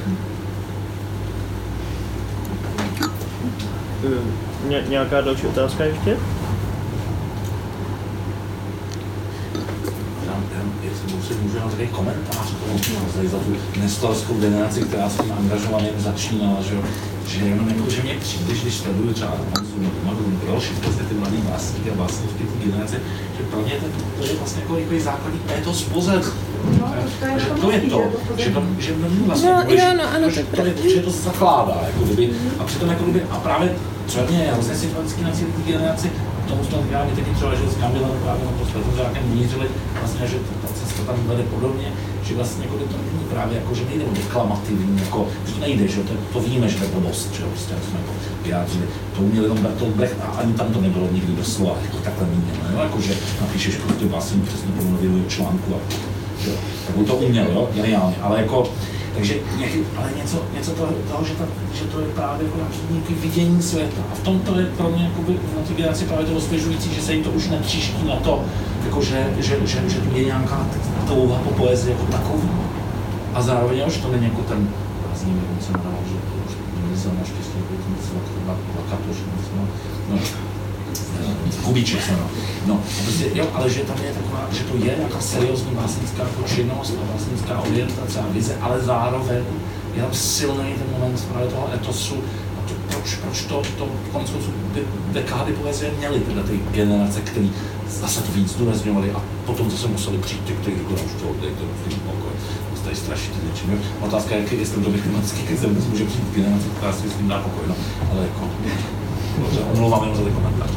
Nějaká další otázka ještě? Já jestli můžu jenom takový komentář k tomu, za tu nestorskou generaci, která s tím angažovaným začínala, že jenom jako, že mě přijde, když sleduju třeba Hansu Magunu, další ty mladý básníky a básničky té generace, že pro mě to je vlastně jako základní étos pozadu. Že to je to, že vlastně, že to zakládá, jako kdyby, a přitom jako kdyby, a právě třeba mě je hrozně sympatický na celé té generaci, k tomu jsme dělali taky třeba, že s Kamilem právě na Postatozákem mířili, vlastně, že ta cesta tam vede podobně, že vlastně jako to není právě jako, že nejde o deklamativní, jako, že to nejde, že to víme, že to je blbost, že prostě jak jsme jako vyjádřili, to uměl jenom Bertolt Brecht a ani tam to nebylo nikdy doslova jako takhle míněno, jo, jako, že napíšeš prostě vlastně přesně podle článku a jo, tak to uměl, jo, geniálně, ale jako, takže ale něco toho, že to je právě jako nějaký vidění světa. A v tom to je pro mě jakoby, na té generaci právě to osvěžující, že se jim to už netříští na to, jako že tu je nějaká touha po poezii jako takový. A zároveň už to není jako ten rázný jak se jmenoval, že to už nevyzel naštěstí, že to něco Lakatoš, no, Kubíček se jmenoval. No, prostě, jo, ale že tam je taková, že to je nějaká seriózní básnická činnost a básnická orientace a vize, ale zároveň je tam silný ten moment právě toho etosu. Proč to konec konců dekády poezie měly teda ty generace, který zase to víc zdůrazňovali a potom zase museli přijít ty, kteří říkali, už to oddejte, to tady strašit něčím. Otázka je, jestli v době klimatické krize vůbec může přijít generace, která si s tím dá pokoj, no, ale jako, dobře, omlouvám jenom za ten komentář.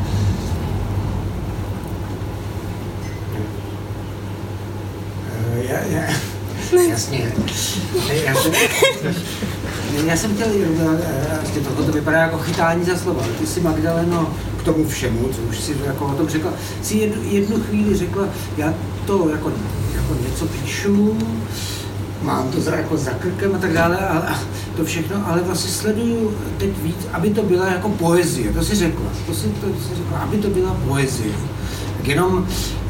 Jasně. Já jsem chtěl, to vypadá jako chytání za slova. Ty si, Magdaleno, k tomu všemu, co už si jako o tom řekla, si jednu chvíli řekla, já to jako něco píšu, mám to jako za krkem a tak dále, a to všechno, ale vlastně sleduju teď víc, aby to byla jako poezie, to si řekla, aby to byla poezie. Tak jenom,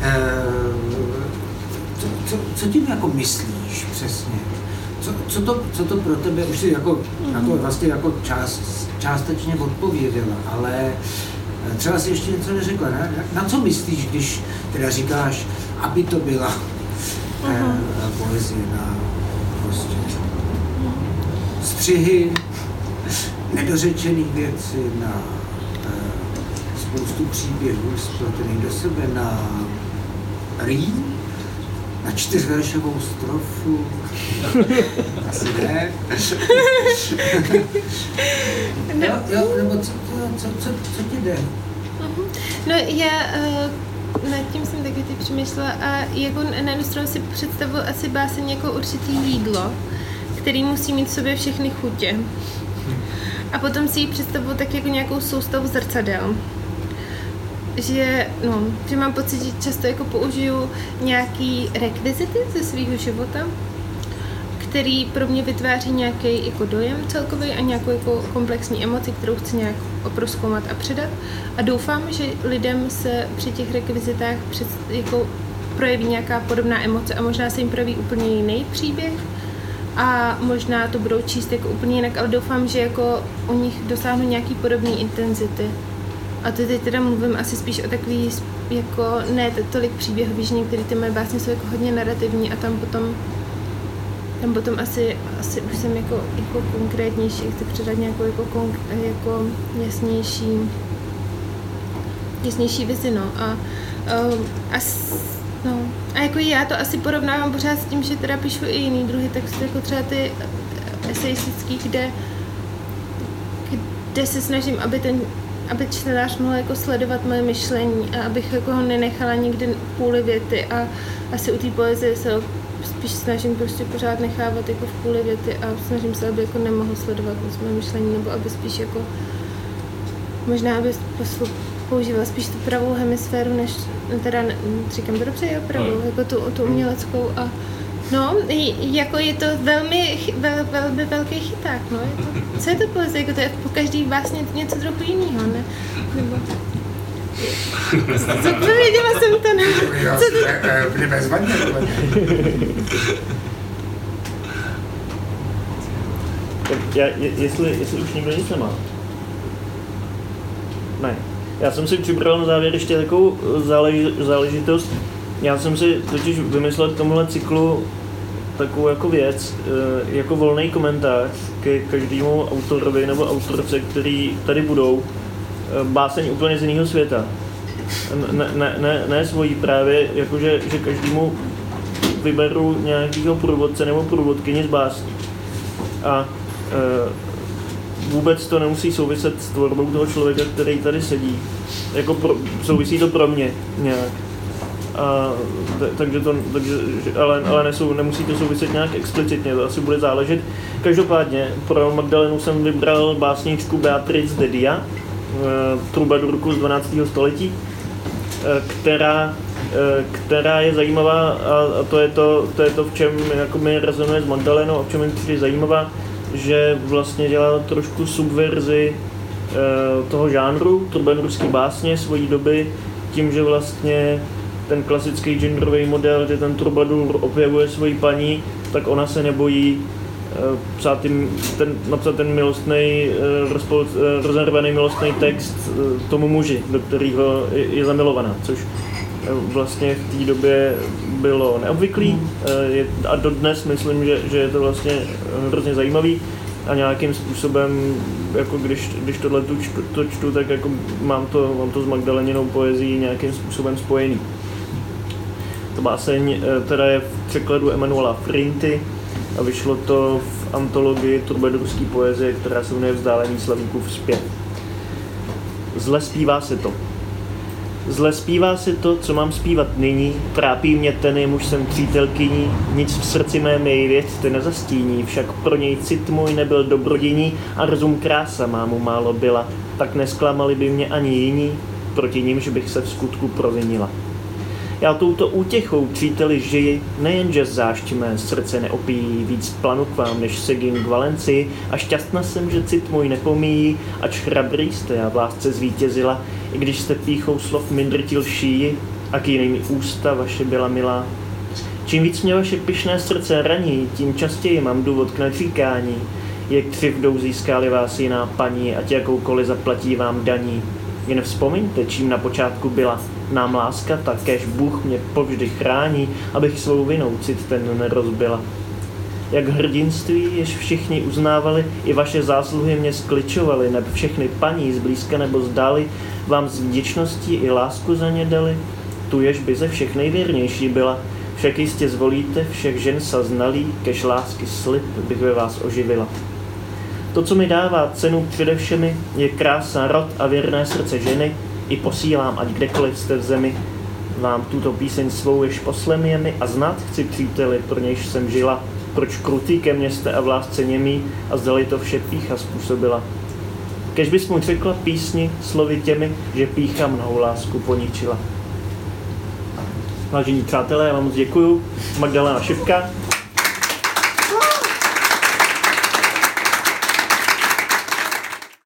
co tím jako myslíš přesně? Co to pro tebe, už si jako na to vlastně jako částečně odpověděla, ale třeba si ještě něco neřekla. Na co myslíš, když teda říkáš, aby to byla poezie, na prostě střihy, nedořečených věcí, na spoustu příběhů spletených do sebe, na rým, na 4veršovou strofu. Asi ne. Jo, nebo co ti jde? No já nad tím jsem taky teď přemýšlela a jako na jednu stranu si představuji asi báseň jako určitý jídlo, který musí mít v sobě všechny chutě. A potom si ji představuji tak jako nějakou soustavu zrcadel. Že mám pocit, že často jako použiju nějaký rekvizity ze svého života, který pro mě vytváří nějaký jako dojem celkový a nějakou jako komplexní emoci, kterou chci nějak prozkoumat a předat. A doufám, že lidem se při těch rekvizitách jako projeví nějaká podobná emoce a možná se jim projeví úplně jiný příběh a možná to budou číst jako úplně jinak, ale doufám, že jako u nich dosáhnu nějaký podobný intenzity. A to teď teda mluvím asi spíš o takový, jako ne tolik příběhový, že některé ty moje básně jsou jako hodně narrativní a tam potom asi už jsem jako konkrétnější, chci předat nějakou jako jasnější vizi, no. A jako já to asi porovnávám pořád s tím, že teda píšu i jiný druhy texty, jako třeba ty esejistický, kde se snažím, aby čtenář mohl jako sledovat moje myšlení a abych jako ho nenechala někdy půli věty a asi u té poezie se spíš snažím prostě pořád nechávat jako v půli věty a snažím se, aby jako nemohl sledovat moje myšlení, nebo aby spíš jako možná aby používala spíš tu pravou hemisféru, než teda říkám to dobře, jo, pravou, jako tu uměleckou a no, jako je to velmi velký chyták, no, je to, co je to poezie, jako to je po každý vlastně něco trochu jinýho, ne? Nebo... Zodpověděla jsem to, ne? Co to? Bezvadně. Jestli už nikdo nic nemá. Ne. Já jsem si přibral na závěr ještě takovou záležitost, Já jsem si totiž vymyslel k tomuhle cyklu takovou jako věc, jako volný komentář ke každému autorovi nebo autorce, který tady budou, báseň úplně z jiného světa. Ne svojí právě, jakože že každému vyberu nějakého průvodce nebo průvodkyni z básní. A vůbec to nemusí souviset s tvorbou toho člověka, který tady sedí. Jako souvisí to pro mě nějak. A, ale nemusí to souviset nějak explicitně, to asi bude záležet. Každopádně pro Magdalenu jsem vybral básničku Beatrice de Dia, trubadurku z 12. století, která je zajímavá a to je to, v čem jako mi rezonuje s Magdalenou a v čem mi přijde zajímavá, že vlastně dělá trošku subverzi toho žánru trubadurské básně svojí doby tím, že vlastně ten klasický genderový model, že ten trubadur objevuje svoji paní, tak ona se nebojí napsat ten milostnej, rozervaný milostný text tomu muži, do kterého je zamilovaná, což vlastně v té době bylo neobvyklý a dodnes myslím, že je to vlastně hrozně zajímavý a nějakým způsobem, jako když tohle to čtu, tak jako mám to s Magdaleninou poezií nějakým způsobem spojený. To báseň teda je v překladu Emanuela Frinty a vyšlo to v antologii trubadurské poezie, která se jmenuje Vzdálení slavíkův zpěv. Zle zpívá se to. Zle zpívá se to, co mám zpívat nyní, trápí mě ten, jemuž jsem přítelkyní, nic v srdci mé jej věci nezastíní, však pro něj cit můj nebyl dobrodění a rozum krása mámu málo byla, tak nesklamali by mě ani jiní, proti nímž bych se v skutku provinila. Já touto útěchou, příteli, žiji, nejenže zášť mé srdce neopíjí, víc planu k vám, než segím k Valencii, a šťastná jsem, že cit můj nepomíjí, ač chrabrý jste, já v lásce zvítězila, i když jste pýchou slov mi drtil šíji, a k jinými ústa vaše byla milá. Čím víc mě vaše pyšné srdce raní, tím častěji mám důvod k nadříkání, jak křivdou získali vás jiná paní, ať jakoukoliv zaplatí vám daní. Jen vzpomeňte, čím na počátku byla nám láska, takéž Bůh mě povždy chrání, abych svou vinou cit ten nerozbila. Jak hrdinství, jež všichni uznávali, i vaše zásluhy mě skličovaly, neb všechny paní zblízka nebo zdáli, vám s vděčností i lásku za ně dali, tu jež by ze všech nejvěrnější byla, však jistě zvolíte všech žen saznalý, kež lásky slib bych ve vás oživila. To, co mi dává cenu předevšemi, je krása, rod a věrné srdce ženy, i posílám, ať kdekoliv jste v zemi, vám tuto píseň svou, jež poslem je mi a znát chci příteli, pro nějž jsem žila, proč krutý ke mně jste a v lásce němý a zdali to vše pýcha způsobila. Kež bys mu řekla písni slovy těmi, že pýcha mnou lásku poničila. Vážení přátelé, já vám moc děkuju. Magdalena Šipka.